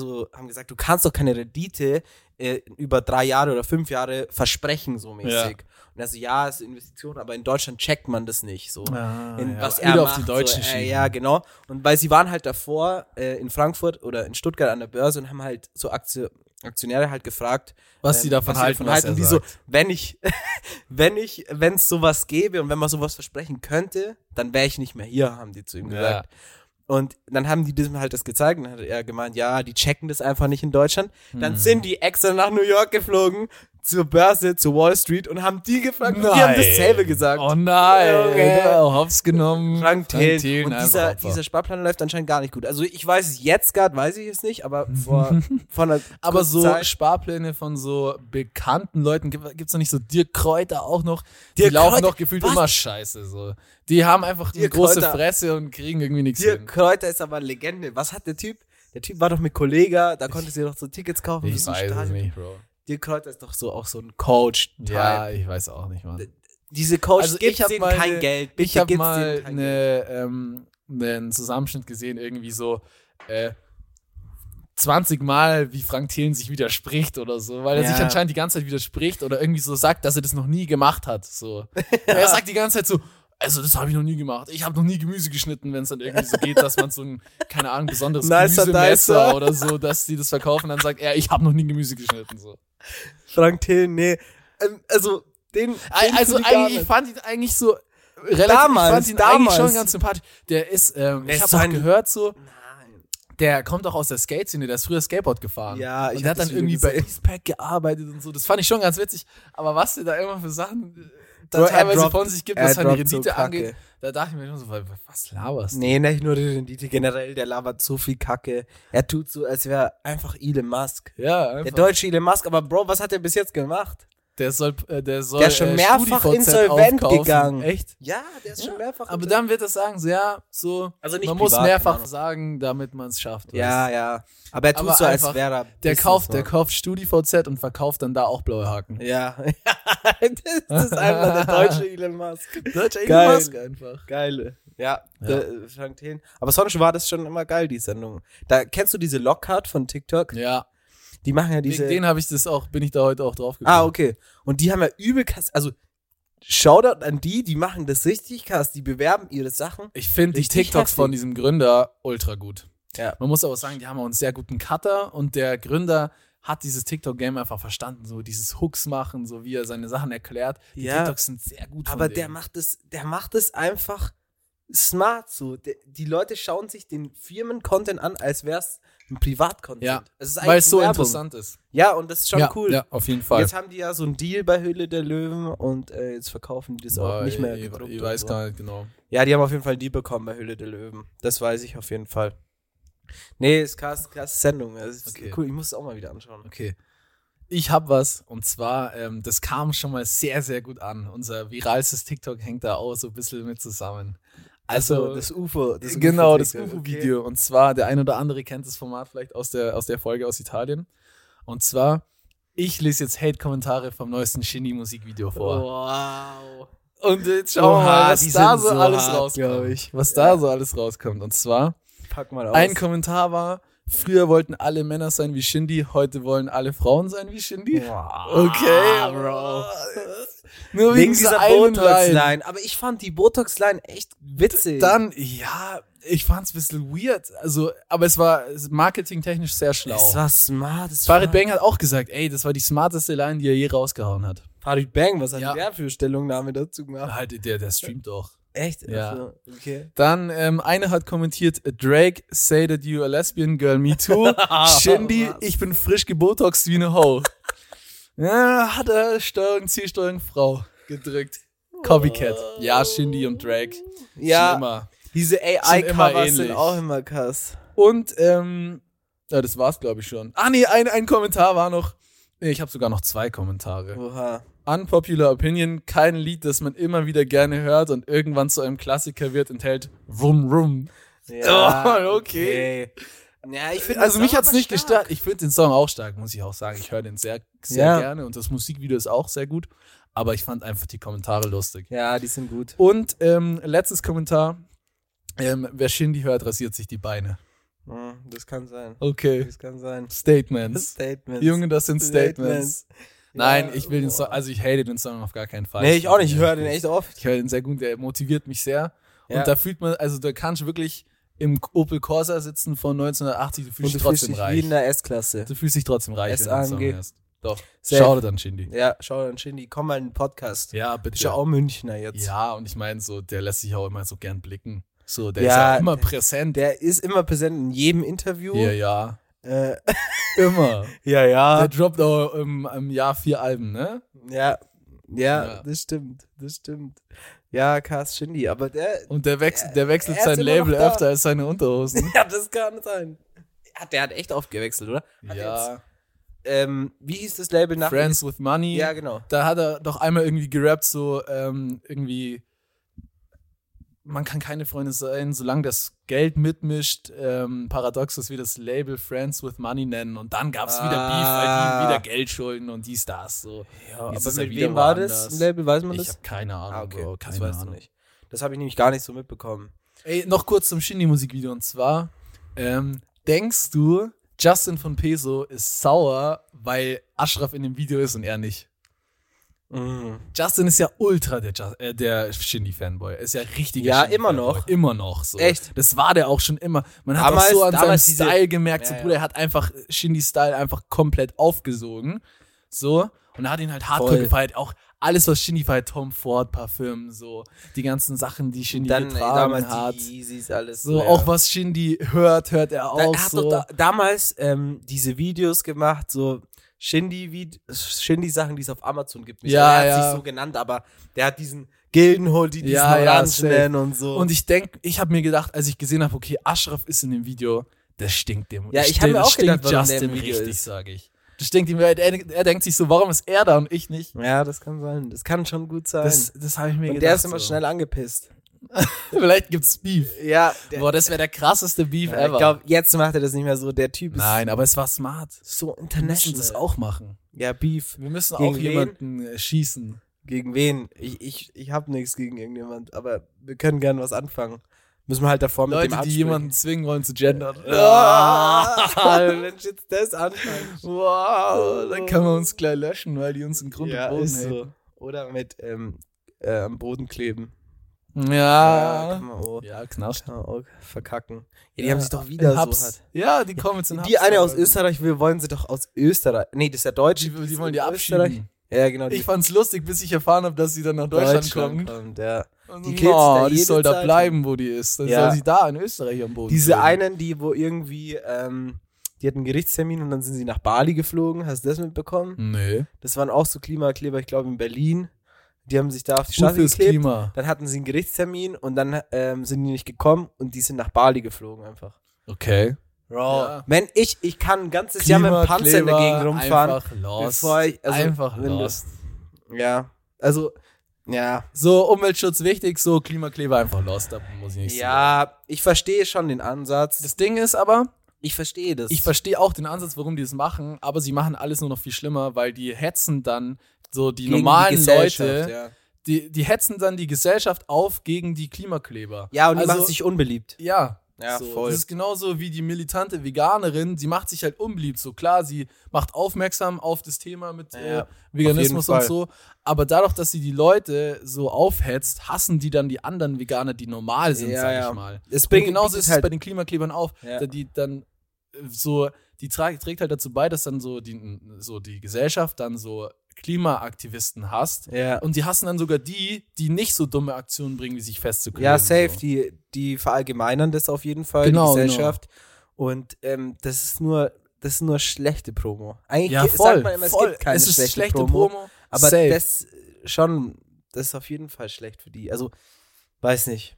Rendite über 3 Jahre oder 5 Jahre versprechen, so mäßig. Ja. Und er so, ja, es ist Investition, aber in Deutschland checkt man das nicht, so. Was er macht, auf die Deutschen so, ja, genau. Und weil sie waren halt davor in Frankfurt oder in Stuttgart an der Börse und haben halt so Aktionäre halt gefragt, was sie davon halten, was er und die sagt. So, wenn es sowas gäbe und wenn man sowas versprechen könnte, dann wäre ich nicht mehr hier, haben die zu ihm gesagt. Und dann haben die diesem halt das gezeigt und dann hat er gemeint, ja, die checken das einfach nicht in Deutschland. Dann sind die extra nach New York geflogen, zur Börse, zu Wall Street und haben die gefragt und die haben dasselbe gesagt. Oh nein, hops genommen. Frank Thelen. Und dieser Sparplan läuft anscheinend gar nicht gut. Also ich weiß es jetzt gerade, weiß ich es nicht, aber von einer aber so Zeit. Sparpläne von so bekannten Leuten, gibt's noch nicht so Dirk Kräuter auch noch? Die laufen doch gefühlt immer scheiße, so. Die haben einfach eine große Fresse und kriegen irgendwie nichts hin. Dirk Kräuter ist aber eine Legende. Was hat der Typ? Der Typ war doch mit Kollega, da konntest du doch so Tickets kaufen. Ich weiß es nicht, Bro. Dirk Kräuter ist doch so auch so ein Coach. Ja, ich weiß auch nicht, Mann. Diese Coaches gibt's denen kein Geld. Ich habe mal einen Zusammenschnitt gesehen, irgendwie so 20 Mal, wie Frank Thelen sich widerspricht oder so, weil er sich anscheinend die ganze Zeit widerspricht oder irgendwie so sagt, dass er das noch nie gemacht hat. So. Er sagt die ganze Zeit so, also das habe ich noch nie gemacht. Ich habe noch nie Gemüse geschnitten, wenn es dann irgendwie so geht, dass man so ein, keine Ahnung, besonderes Gemüsemesser oder so, dass die das verkaufen, dann sagt er, ich habe noch nie Gemüse geschnitten. So. Frank Thelen, nee. Also eigentlich fand ich eigentlich so relativ, damals eigentlich schon ganz sympathisch. Der ist, ich habe auch gehört so, der kommt auch aus der Skate-Szene, der ist früher Skateboard gefahren. Ja, und der hat dann irgendwie bei Eastpack gearbeitet und so. Das fand ich schon ganz witzig. Aber was der da immer für Sachen da teilweise von sich gibt, was seine Rendite so angeht, da dachte ich mir schon so, was laberst du? Nee, nicht nur die Rendite, generell, der labert so viel Kacke. Er tut so, als wäre einfach Elon Musk. Ja, einfach. Der deutsche Elon Musk, aber Bro, was hat er bis jetzt gemacht? Der soll ist schon mehrfach insolvent gegangen. Echt? Ja, der ist schon mehrfach. Aber dann wird er sagen, so, also nicht man privat, muss mehrfach sagen, damit man es schafft. Ja. Aber er tut so, als wäre er. Der kauft StudiVZ und verkauft dann da auch blaue Haken. Ja. Das ist einfach der deutsche Elon Musk. Deutscher Elon Musk einfach. Geile. Ja. Frank Thelen. Aber sonst war das schon immer geil, die Sendung. Da kennst du diese Lockhart von TikTok? Ja. Die machen ja diese. Wegen denen bin ich da heute auch drauf gekommen. Ah, okay. Und die haben ja übel krass, also Shoutout an die machen das richtig krass, die bewerben ihre Sachen. Ich finde die TikToks von diesem Gründer ultra gut. Ja. Man muss aber sagen, die haben auch einen sehr guten Cutter und der Gründer hat dieses TikTok-Game einfach verstanden, so dieses Hooks machen, so wie er seine Sachen erklärt. Die TikToks sind sehr gut von aber denen. der macht es einfach smart so. Die Leute schauen sich den Firmen-Content an, als wäre es ein Privat-Content. Ja, weil es so interessant ist. Ja, und das ist schon cool. Ja, auf jeden Fall. Jetzt haben die ja so einen Deal bei Höhle der Löwen und jetzt verkaufen die das auch nicht mehr gedruckt. Ich weiß gar nicht genau. Ja, die haben auf jeden Fall einen Deal bekommen bei Höhle der Löwen. Das weiß ich auf jeden Fall. Nee, ist krass Sendung. Das ist cool, ich muss es auch mal wieder anschauen. Okay. Ich hab was, und zwar, das kam schon mal sehr, sehr gut an. Unser viralstes TikTok hängt da auch so ein bisschen mit zusammen. Also das UFO. Das UFO-Video. Okay. Und zwar, der ein oder andere kennt das Format vielleicht aus der Folge aus Italien. Und zwar, ich lese jetzt Hate-Kommentare vom neuesten Shindy-Musikvideo vor. Wow. Und jetzt schauen wir mal, was da so alles rauskommt. Was da so alles rauskommt. Und zwar, pack mal aus. Ein Kommentar war, früher wollten alle Männer sein wie Shindy, heute wollen alle Frauen sein wie Shindy. Wow. Okay, Bro. Nur wegen dieser Botox-Line. Aber ich fand die Botox-Line echt witzig. Dann, ja, ich fand's ein bisschen weird. Also, aber es war marketingtechnisch sehr schlau. Es war smart. Farid Bang hat auch gesagt, ey, das war die smarteste Line, die er je rausgehauen hat. Farid Bang, was hat der für Stellungnahme dazu gemacht? Halt, der streamt doch. Echt? Ja. Also, okay. Dann, eine hat kommentiert, Drake, say that you a lesbian girl, me too. Shindy, ich bin frisch gebotoxt wie eine Ho. Ja, hat er Zielsteuerung Frau gedrückt. Copycat. Ja, Shindy und Drake. Ja, immer, diese AI-Covers sind auch immer krass. Und, ja, das war's, glaube ich, schon. Ah, nee, ein Kommentar war noch. Nee, ich habe sogar noch 2 Kommentare. Oha. Unpopular Opinion, kein Lied, das man immer wieder gerne hört und irgendwann zu einem Klassiker wird, enthält Rum Rum. Ja, oh, okay. Ja, ich finde also mich hat's nicht gestört. Ich finde den Song auch stark, muss ich auch sagen. Ich höre den sehr, sehr gerne und das Musikvideo ist auch sehr gut. Aber ich fand einfach die Kommentare lustig. Ja, die sind gut. Und letztes Kommentar. Wer Shindy hört, rasiert sich die Beine. Das kann sein. Okay. Das kann sein. Statements. Junge, das sind Statements. Nein, Ja, ich will den Song, also ich hate den Song auf gar keinen Fall. Nee, ich auch nicht. Ich höre den echt oft. Ich höre den sehr gut, der motiviert mich sehr. Ja. Und da fühlt man, also da kannst du wirklich im Opel Corsa sitzen von 1980, du fühlst dich trotzdem reich. Wie in der S-Klasse. Du fühlst dich trotzdem reich, wenn du den Song hörst. Doch. Schau dir dann Shindy. Ja, schau dann Shindy. Komm mal in den Podcast. Ja, bitte. Bist ja auch Münchner jetzt. Ja, und ich meine so, der lässt sich auch immer so gern blicken. So, der ist ja immer präsent. Der ist immer präsent in jedem Interview. Ja. Immer. Ja. Der droppt auch im Jahr 4 Alben, ne? Ja, das stimmt. Ja, Cast Shindy, aber der wechselt sein Label öfter als seine Unterhosen. Ja, das kann sein. Der hat echt oft gewechselt, oder? Wie hieß das Label nach? Friends with Money. Ja, genau. Da hat er doch einmal irgendwie gerappt, so irgendwie man kann keine Freunde sein, solange das Geld mitmischt. Paradox, dass wir das Label Friends with Money nennen. Und dann gab es wieder Beef, weil die wieder Geld schulden und dies, das. So. Ja, aber mit wem war das Label? Weiß man das? Ich habe keine Ahnung. Okay, Bro, das weißt du nicht. Das habe ich nämlich gar nicht so mitbekommen. Ey, noch kurz zum Shindy-Musikvideo. Und zwar, denkst du, Justin von Peso ist sauer, weil Ashraf in dem Video ist und er nicht? Justin ist ja ultra der Shindy-Fanboy. Ist ja richtig. Ja, immer noch. Immer noch so. Echt? Das war der auch schon immer. Man hat auch so an seinem Style gemerkt, so, Bruder, er hat einfach Shindy-Style einfach komplett aufgesogen. So. Und er hat ihn halt hardcore gefeiert. Auch alles, was Shindy feiert, Tom Ford Parfüm, so. Die ganzen Sachen, die Shindy getragen hat. Die Yeezys, alles. So, auch was Shindy hört er auch. Er hat so. doch damals diese Videos gemacht, so Shindy-Sachen, die es auf Amazon gibt. Ja, er hat sich so genannt, aber der hat diesen Gildenholt, diesen Orangenen und so. Und ich habe mir gedacht, als ich gesehen habe, okay, Ashraf ist in dem Video, das stinkt dem. Ja, ich habe mir auch gedacht, warum Justin der im Video richtig, ist. sage ich. Das stinkt ihm, er denkt sich so, warum ist er da und ich nicht? Ja, das kann sein. Das kann schon gut sein. Das habe ich mir gedacht. Und der ist immer schnell angepisst. Vielleicht gibt's Beef. Ja. Boah, das wäre der krasseste Beef ever. Ich glaube, jetzt macht er das nicht mehr so. Der Typ ist Nein, aber es war smart. so Wir international. müssen das auch machen. Ja, Beef. Wir müssen Gegen auch jemanden schießen. Gegen wen? Ich habe nichts gegen irgendjemand, aber wir können gerne was anfangen. Müssen wir halt davor mit Leute, dem die jemanden zwingen wollen zu gendern. Wenn ich jetzt das anfange. Wow, dann können wir uns gleich löschen, weil die uns im Grund und Boden ist hält. so. Oder mit am Boden kleben. Ja. Kann man auch, Knascht. kann man auch verkacken. Ja, die haben sich doch wieder so hart. Ja, die kommen jetzt in Hubs. Die eine aus Österreich, wir wollen sie doch aus Österreich. Nee, das ist ja Deutsch. Die wollen die Österreich. abschieben. Ja, genau. Ich fand's lustig, bis ich erfahren habe, dass sie dann nach Deutschland kommt. Ja. Und Die so, Kids da die jede soll da Zeit. bleiben, wo die ist. Dann soll sie da in Österreich am Boden Diese kleben. einen, die wo irgendwie, die hatten einen Gerichtstermin und dann sind sie nach Bali geflogen. Hast du das mitbekommen? Nee. Das waren auch so Klimakleber, ich glaube in Berlin. Die haben sich da auf die Gut Straße fürs geklebt. Klima. Dann hatten sie einen Gerichtstermin und dann sind die nicht gekommen und die sind nach Bali geflogen einfach. Okay. Ja. Wenn ich kann ein ganzes Jahr mit dem Panzer in der Gegend rumfahren. Einfach lost. Bevor ich, also, einfach wenn lost. Ja, also, ja. So, Umweltschutz wichtig, so Klimakleber einfach lost. Da muss ich nicht Ja, ich verstehe schon den Ansatz. Das Ding ist aber, Ich verstehe das. ich verstehe auch den Ansatz, warum die das machen, aber sie machen alles nur noch viel schlimmer, weil die hetzen dann so die Gegen normalen die Leute, ja. die hetzen dann die Gesellschaft auf gegen die Klimakleber. Ja, und die Also, machen sich unbeliebt. Ja. Ja, so, voll. Das ist genauso wie die militante Veganerin, sie macht sich halt unbeliebt. So klar, sie macht aufmerksam auf das Thema mit Veganismus auf und jeden so, aber dadurch, dass sie die Leute so aufhetzt, hassen die dann die anderen Veganer, die normal sind, sag ich mal. Es Und bringt, genauso ist es halt bei den Klimaklebern auch, Ja. die dann so, die trägt halt dazu bei, dass dann so die Gesellschaft dann so Klimaaktivisten hasst. Ja. Und die hassen dann sogar die nicht so dumme Aktionen bringen, wie sich festzukleben. Ja, safe. So. Die verallgemeinern das auf jeden Fall, Genau, die Gesellschaft. Und das ist nur schlechte Promo. Eigentlich Ja, voll, sagt man immer, voll. es gibt keine Es ist schlechte Promo. Aber safe. das ist auf jeden Fall schlecht für die. Also, weiß nicht.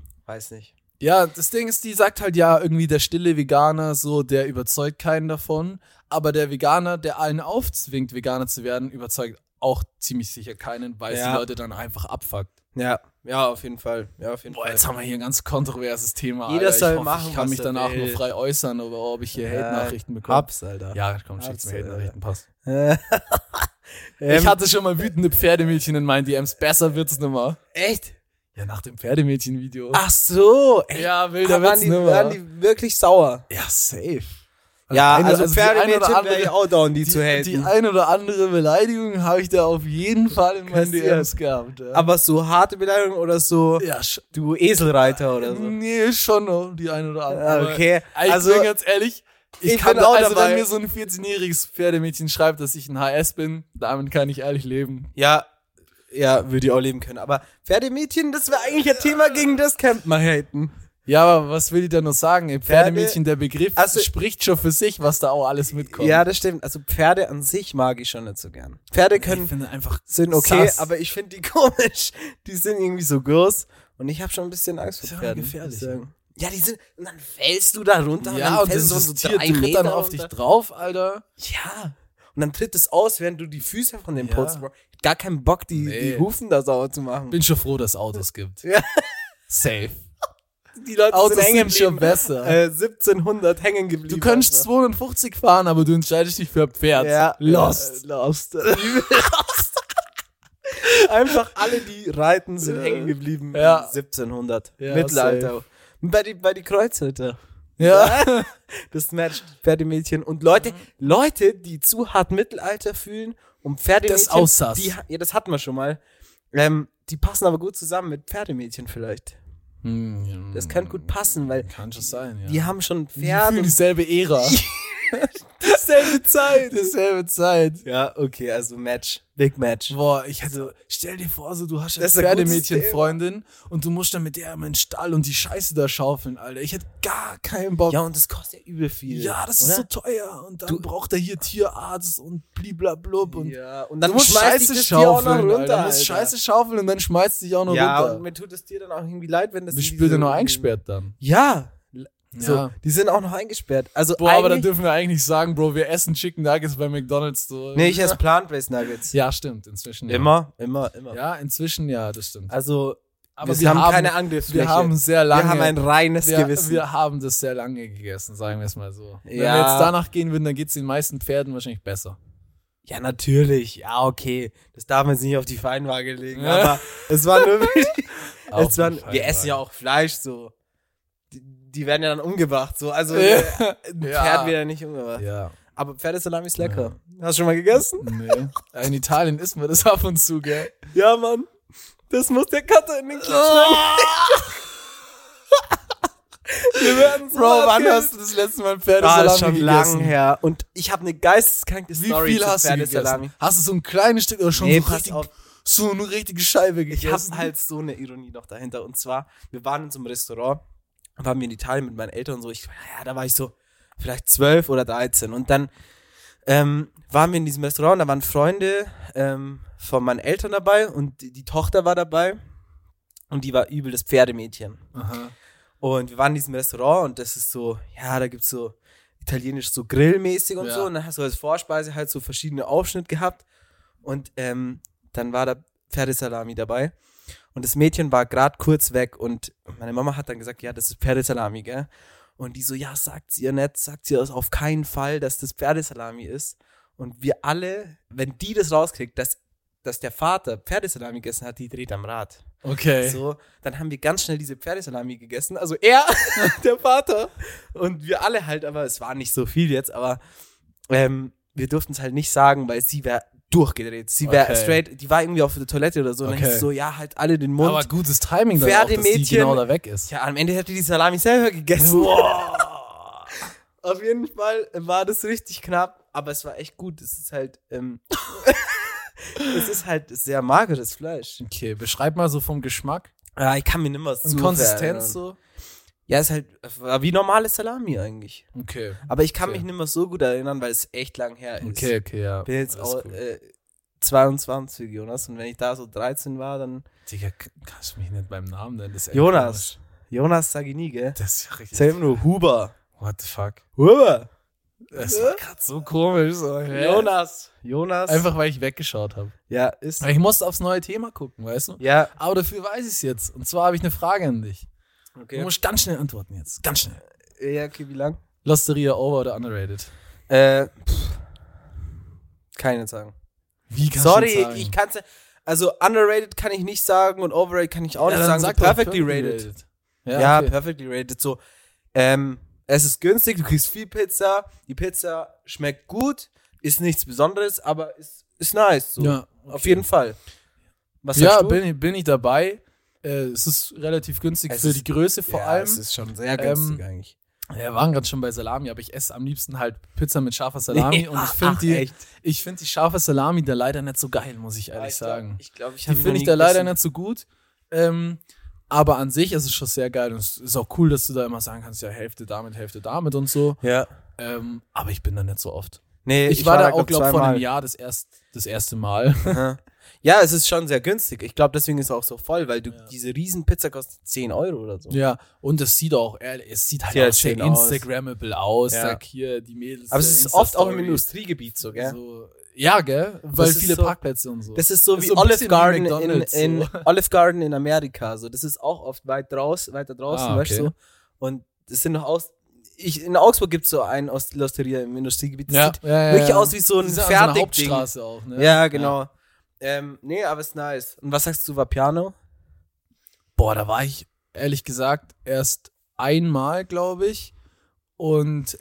Ja, das Ding ist, die sagt halt ja irgendwie der stille Veganer, so, der überzeugt keinen davon. Aber der Veganer, der allen aufzwingt, Veganer zu werden, überzeugt auch ziemlich sicher keinen, weil es Ja. die Leute dann einfach abfuckt. Ja, auf jeden Fall. Boah, jetzt haben wir hier ein ganz kontroverses Thema. Jeder Alter. soll ich hoffe, machen, ich kann was mich er danach will. nur frei äußern, aber ob ich hier Hate-Nachrichten bekomme. Hab's, Alter. Ja, komm, schick's mir Hab's, Hate-Nachrichten, passt. Ich Ich hatte schon mal wütende Pferdemädchen in meinen DMs, besser wird's nimmer. Echt? Ja, nach dem Pferdemädchen-Video. Ach so. Echt? ja, wilder waren Witz die, nimmer. waren die wirklich sauer? Ja, safe. Ja, eine- also die eine Pferdemädchen oder wäre andere- ich auch down, die zu haten. Die ein oder andere Beleidigung habe ich da auf jeden Fall in meinen Kassiert. DMs gehabt. Ja. Aber so harte Beleidigung oder so, ja, du Eselreiter oder so? nee, schon noch die ein oder andere. Ah, okay, Aber also ich bin ganz ehrlich, ich ich kann bin auch also dabei. wenn mir so ein 14-jähriges Pferdemädchen schreibt, dass ich ein HS bin, damit kann ich ehrlich leben. Ja, würde ich auch leben können. Aber Pferdemädchen, das wäre eigentlich ein Thema, gegen das könnte man haten. Ja, aber was will ich da noch sagen? Ey, Pferdemädchen, der Begriff Also- spricht schon für sich, was da auch alles mitkommt. Ja, das stimmt. Also Pferde an sich mag ich schon nicht so gern. Pferde ich können finde einfach sind okay, sass. aber ich finde die komisch. Die sind irgendwie so groß und ich habe schon ein bisschen Angst vor Ist ja Pferden. gefährlich, muss ich sagen. Ja, die sind und dann fällst du da runter ja, und und dann das, fällst du das so Tier 3 tritt Meter dann auf dich runter. drauf, Alter. Ja. Und dann tritt es aus, während du die Füße von dem Ja. putzt. Bro. Gar keinen Bock, die Nee. Hufen da sauer zu machen. Bin schon froh, dass es Autos gibt. Ja. Safe. Die Leute Autos sind hängen sind schon geblieben. besser. 1700 hängen geblieben. Du könntest 250 fahren, aber du entscheidest dich für ein Pferd. Ja, Lost. Lost. Einfach alle, die reiten, sind hängen geblieben. Ja. 1700. Ja, Mittelalter. Bei die Kreuzritter. Ja. Das matcht Pferdemädchen. Und Leute, die zu hart Mittelalter fühlen, um Pferdemädchen. Das Aussaß. Ja, das hatten wir schon mal. Die passen aber gut zusammen mit Pferdemädchen vielleicht. Das könnte gut passen, weil Kann schon sein, ja. die haben schon Die Pferde. fühlen dieselbe Ära. Dieselbe Zeit. Dieselbe Zeit. Ja, okay, also Match. Big Match. Boah, stell dir vor, so, du hast eine Das ist ein gutes Pferdemädchenfreundin und du musst dann mit der immer in den Stall und die Scheiße da schaufeln, Alter. Ich hätte gar keinen Bock. Ja, und das kostet ja übel viel. Ja, das oder? ist so teuer. Und dann braucht er hier Tierarzt und bliblablub. Und ja, und du dann musst schmeißt Scheiße dich das Tier auch noch schaufeln, runter, Alter. Du musst Alter. Scheiße schaufeln und dann schmeißt dich auch noch Ja, runter. und mir tut es dir dann auch irgendwie leid, wenn das... Wie spürt er noch eingesperrt dann? Ja. So, Ja. die sind auch noch eingesperrt. Also Boah, aber dann eigentlich... dürfen wir eigentlich nicht sagen, Bro, wir essen Chicken Nuggets bei McDonald's. So. Nee, ich esse Plant-Based Nuggets. Ja, stimmt, inzwischen. Ja. Immer. Ja, inzwischen ja, das stimmt. Also, Aber wir haben keine Angriffsfläche. Wir haben sehr lange. Wir haben ein reines Gewissen. Wir haben das sehr lange gegessen, sagen wir es mal so. Wenn wir Ja. jetzt danach gehen würden, dann geht es den meisten Pferden wahrscheinlich besser. Ja, natürlich. Ja, okay. Das darf man sich nicht auf die Feinwaage legen. Aber es war nur... wir essen ja auch Fleisch so. Die werden ja dann umgebracht. So. Also ein Pferd wird ja nicht umgebracht. Ja. Aber Pferdesalami ist lecker. Hast du schon mal gegessen? Nee. In Italien isst man das ab und zu, gell? Ja, Mann. Das muss der Cutter in den Kühlschrank. Wir werden so Bro, wann abgehen. hast du das letzte Mal Das Pferdesalami ist schon gegessen? lang her. Und ich habe eine geisteskranke Wie Story viel zu hast du Pferdesalami. gegessen? Hast du so ein kleines Stück oder schon Nee, so, pass richtig, auf. so eine richtige Scheibe Ich gegessen? habe halt so eine Ironie noch dahinter. Und zwar, wir waren in so einem Restaurant, waren wir in Italien mit meinen Eltern und so. Da war ich so vielleicht 12 oder 13. Und dann waren wir in diesem Restaurant, da waren Freunde von meinen Eltern dabei und die Tochter war dabei. Und die war übel das Pferdemädchen. Aha. Und wir waren in diesem Restaurant und das ist so, ja, da gibt's so italienisch so grillmäßig und Ja. so. Und dann hast du als Vorspeise halt so verschiedene Aufschnitt gehabt. Und dann war da Pferdesalami dabei. Und das Mädchen war gerade kurz weg und meine Mama hat dann gesagt, ja, das ist Pferdesalami, gell? Und die so, ja, sagt sie das auf keinen Fall, dass das Pferdesalami ist. Und wir alle, wenn die das rauskriegt, dass der Vater Pferdesalami gegessen hat, die dreht am Rad. Okay. So, dann haben wir ganz schnell diese Pferdesalami gegessen. Also er, der Vater und wir alle halt, aber es war nicht so viel jetzt, aber wir durften es halt nicht sagen, weil sie wäre durchgedreht. Sie wäre Okay. straight, die war irgendwie auf der Toilette oder so. Und dann Okay. hieß es so, ja, halt alle den Mund. Aber gutes Timing dann auch, dass die Pferdemädchen. genau da weg ist. Ja, am Ende hat die Salami selber gegessen. Auf jeden Fall war das richtig knapp, aber es war echt gut. Es ist halt, es ist halt sehr mageres Fleisch. Okay, beschreib mal so vom Geschmack Ja, ich kann mir nicht mehr so und Konsistenz so. Ja, ist halt war wie normales Salami eigentlich. Okay. Aber ich kann Okay. mich nicht mehr so gut erinnern, weil es echt lang her ist. Okay, ja. Ich bin jetzt Alles auch gut. 22, Jonas. Und wenn ich da so 13 war, dann... Digga, kannst du mich nicht beim Namen nennen? Das ist echt Jonas. Jonas sag ich nie, gell? komisch. Das ist ja richtig. Sag immer nur Huber. What the fuck? Huber. Das war gerade so komisch. So, hä? Jonas. Einfach, weil ich weggeschaut habe. Ja, ist... Ich musste aufs neue Thema gucken, weißt du? Ja, Aber dafür weiß ich es jetzt. Und zwar habe ich eine Frage an dich. Du okay. musst ganz schnell antworten jetzt. Ganz schnell. Ja, okay, wie lang? Losteria over oder underrated? Kann ich nicht sagen. Wie kannst Sorry, du sagen? ich kann's nicht... Also, underrated kann ich nicht sagen und overrated kann ich auch nicht dann sagen. sag So doch perfectly rated. Ja, okay. Perfectly rated. So, es ist günstig, du kriegst viel Pizza. Die Pizza schmeckt gut, ist nichts Besonderes, aber ist nice. So. Ja, Auf jeden Fall. Was sagst Ja, du? bin ich dabei. Es ist relativ günstig Es für ist- die Größe vor allem. Es ist schon sehr günstig eigentlich. Wir waren gerade schon bei Salami, aber ich esse am liebsten halt Pizza mit scharfer Salami und ich finde die scharfe Salami da leider nicht so geil, muss ich ehrlich sagen. Ich glaube, ich Die finde ich da leider nicht so gut. Aber an sich ist es schon sehr geil und es ist auch cool, dass du da immer sagen kannst, ja, Hälfte damit und so. Ja. Aber ich bin da nicht so oft. Nee, Ich war da auch, glaub, glaube ich, vor zweimal. einem Jahr das erste Mal. Aha. Ja, es ist schon sehr günstig. Ich glaube, deswegen ist es auch so voll, weil diese Riesenpizza kostet 10 Euro oder so. Ja, und es sieht auch, es sieht halt Sieht auch halt sehr schön aus. Instagrammable aus. Ja. Sag hier, die Mädels. Aber es der ist oft auch im Insta-Story. Industriegebiet so, gell? So, Ja, gell? Weil Das ist viele so- Parkplätze und so. Das ist so Das wie ist so ein Olive bisschen wie Garden McDonald's, in so. Olive Garden in Amerika. So, das ist auch oft weiter draußen, weißt du, okay. so. Und das sind noch in Augsburg gibt es so einen Osteria im Industriegebiet. Das sieht wirklich aus wie so ein Die sind an Fertigding. Hauptstraße auch, ne? Ja, genau. Nee, aber ist nice. Und was sagst du, Vapiano? Boah, da war ich ehrlich gesagt erst einmal, glaube ich. Und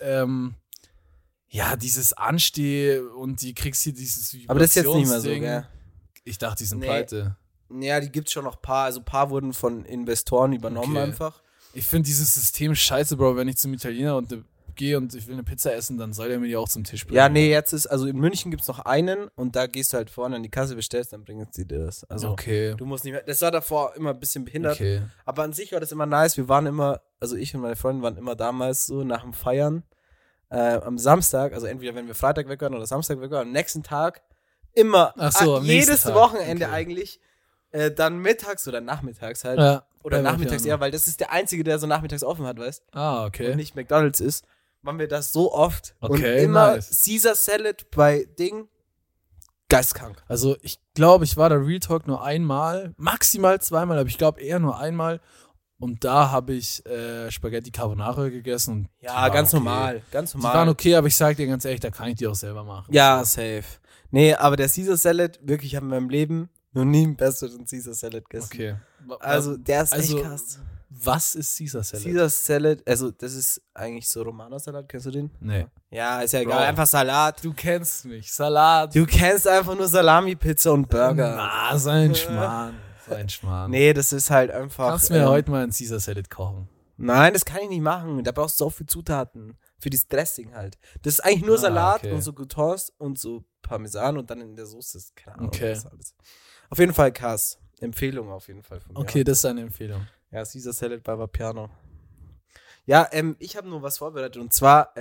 ja, dieses Ansteh und die kriegst hier dieses Aber das ist jetzt nicht mehr so, Vibrationsding. gell? Ich dachte, die sind Nee. pleite. Ja, die gibt's schon noch ein paar. Also ein paar wurden von Investoren übernommen Okay. einfach. Ich finde dieses System scheiße, Bro. Wenn ich zum Italiener gehe und ich will eine Pizza essen, dann soll der mir die auch zum Tisch bringen. Ja, nee, also in München gibt's noch einen und da gehst du halt vorne an die Kasse, bestellst, dann bringen sie dir das. Also Okay. du musst nicht mehr. Das war davor immer ein bisschen behindert. Okay. Aber an sich war das immer nice. Wir waren immer, also ich und meine Freundin waren immer damals so nach dem Feiern am Samstag, also entweder wenn wir Freitag weg waren oder Samstag weg waren, am nächsten Tag immer, Ach so, am nächsten jedes Tag. Wochenende Okay. eigentlich, dann mittags oder nachmittags halt. Ja, Oder bei nachmittags Vapiano. eher, weil das ist der einzige, der so nachmittags offen hat, weißt Ah, und okay. nicht McDonalds ist, waren wir das so oft. Und Okay, immer nice. Caesar Salad bei Ding, geistkrank. Also ich glaube, ich war da Real Talk nur einmal, maximal zweimal, aber ich glaube eher nur einmal. Und da habe ich Spaghetti Carbonara gegessen. Und die Ja, waren ganz okay. normal, ganz Die normal. waren okay, aber ich sag dir ganz ehrlich, da kann ich die auch selber machen. Ja, safe. Nee, aber der Caesar Salad, wirklich, ich habe in meinem Leben noch nie einen besseren Caesar Salad gegessen. Okay. Also, der ist Also, echt krass. was ist Caesar Salad? Caesar Salad, also, das ist eigentlich so Romano-Salat, kennst du den? Nee. Ja, ist ja egal, Bro. einfach Salat. Du kennst mich. Salat. Du kennst einfach nur Salami, Pizza und Burger. Na, sein Schmarrn. Sein Schmarrn. Nee, das ist halt einfach. Kannst du mir heute mal einen Caesar Salad kochen? Nein, das kann ich nicht machen. Da brauchst du so viel Zutaten. Für dieses Dressing halt. Das ist eigentlich nur Ah, Salat okay. und so Croutons und so Parmesan und dann in der Soße ist keine Ahnung. Okay. Was alles. Auf jeden Fall krass. Empfehlung auf jeden Fall von mir. Okay, das ist eine Empfehlung. Ja, Caesar Salad bei Vapiano. Ja, ich habe nur was vorbereitet und zwar,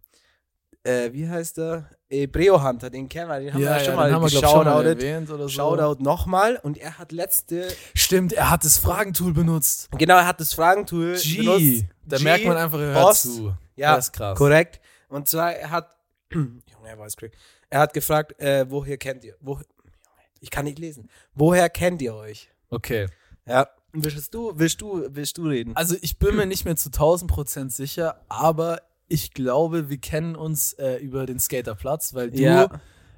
wie heißt der? Ebreo Hunter, den kennen wir, den haben wir ja schon mal den haben wir, glaub ich, schon mal geschautoutet. erwähnt oder so. Shoutout nochmal und er hat Stimmt, er hat das Fragentool benutzt. genau, er hat das Fragentool benutzt. Da G, merkt man einfach, er hört Boss. zu. Ja, Das ist krass. korrekt. Und zwar, er hat, Junge, er weiß korrekt. Er hat gefragt, woher kennt ihr? Ich kann nicht lesen. Woher kennt ihr euch? Okay. Ja. Willst du reden? Also ich bin mir nicht mehr zu 1000% sicher, aber ich glaube, wir kennen uns über den Skaterplatz, weil du Ja.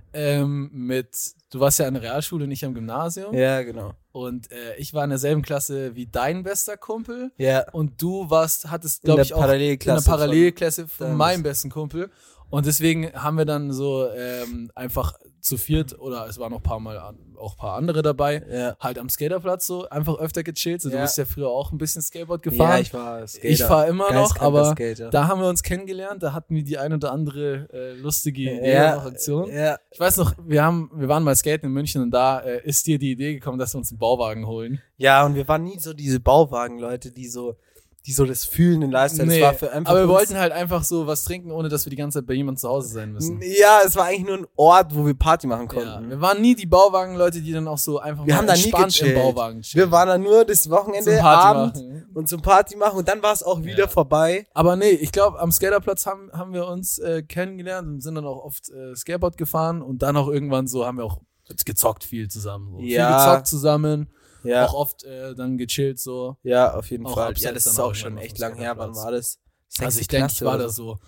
du warst ja an der Realschule, nicht am Gymnasium. Ja, genau. Und ich war in derselben Klasse wie dein bester Kumpel. Ja. Und du hattest, In glaube der ich, auch Parallelklasse in der Parallelklasse von deinem meinem besten Kumpel. Und deswegen haben wir dann so einfach zu viert, oder es waren noch auch ein paar andere dabei, Ja. halt am Skaterplatz so einfach öfter gechillt. So, du Ja. bist ja früher auch ein bisschen Skateboard Ja, gefahren. ich war Skater. Ich fahre immer noch, Geistkranker aber Skater. da haben wir uns kennengelernt. Da hatten wir die ein oder andere lustige Idee und Aktion. Ja. Ich weiß noch, wir waren mal skaten in München und da ist dir die Idee gekommen, dass wir uns einen Bauwagen holen. Ja, und wir waren nie so diese Bauwagen-Leute, die so das fühlen in Lifestyle. Nee, Das war für einfach aber wir uns- wollten halt einfach so was trinken, ohne dass wir die ganze Zeit bei jemandem zu Hause sein müssen. Ja, es war eigentlich nur ein Ort, wo wir Party machen Ja, konnten. wir waren nie die Bauwagen-Leute, die dann auch so einfach Wir mal haben da nie entspannt im gechillt. Bauwagen chillen. Wir waren da nur das Wochenende, Zum Party Abend machen. und zum Party machen und dann war es auch wieder vorbei. Aber nee, ich glaube, am Skaterplatz haben wir uns kennengelernt und sind dann auch oft Skateboard gefahren und dann auch irgendwann so haben wir auch gezockt viel zusammen. So. Ja. Viel gezockt zusammen, Ja, auch oft dann gechillt so. ja, auf jeden auch Fall. abseits Ja, das dann ist auch auch schon irgendwann echt auf dem lang her. Wann Skaterplatz. war das? Also ich Sechste denke, ich Klasse war oder da so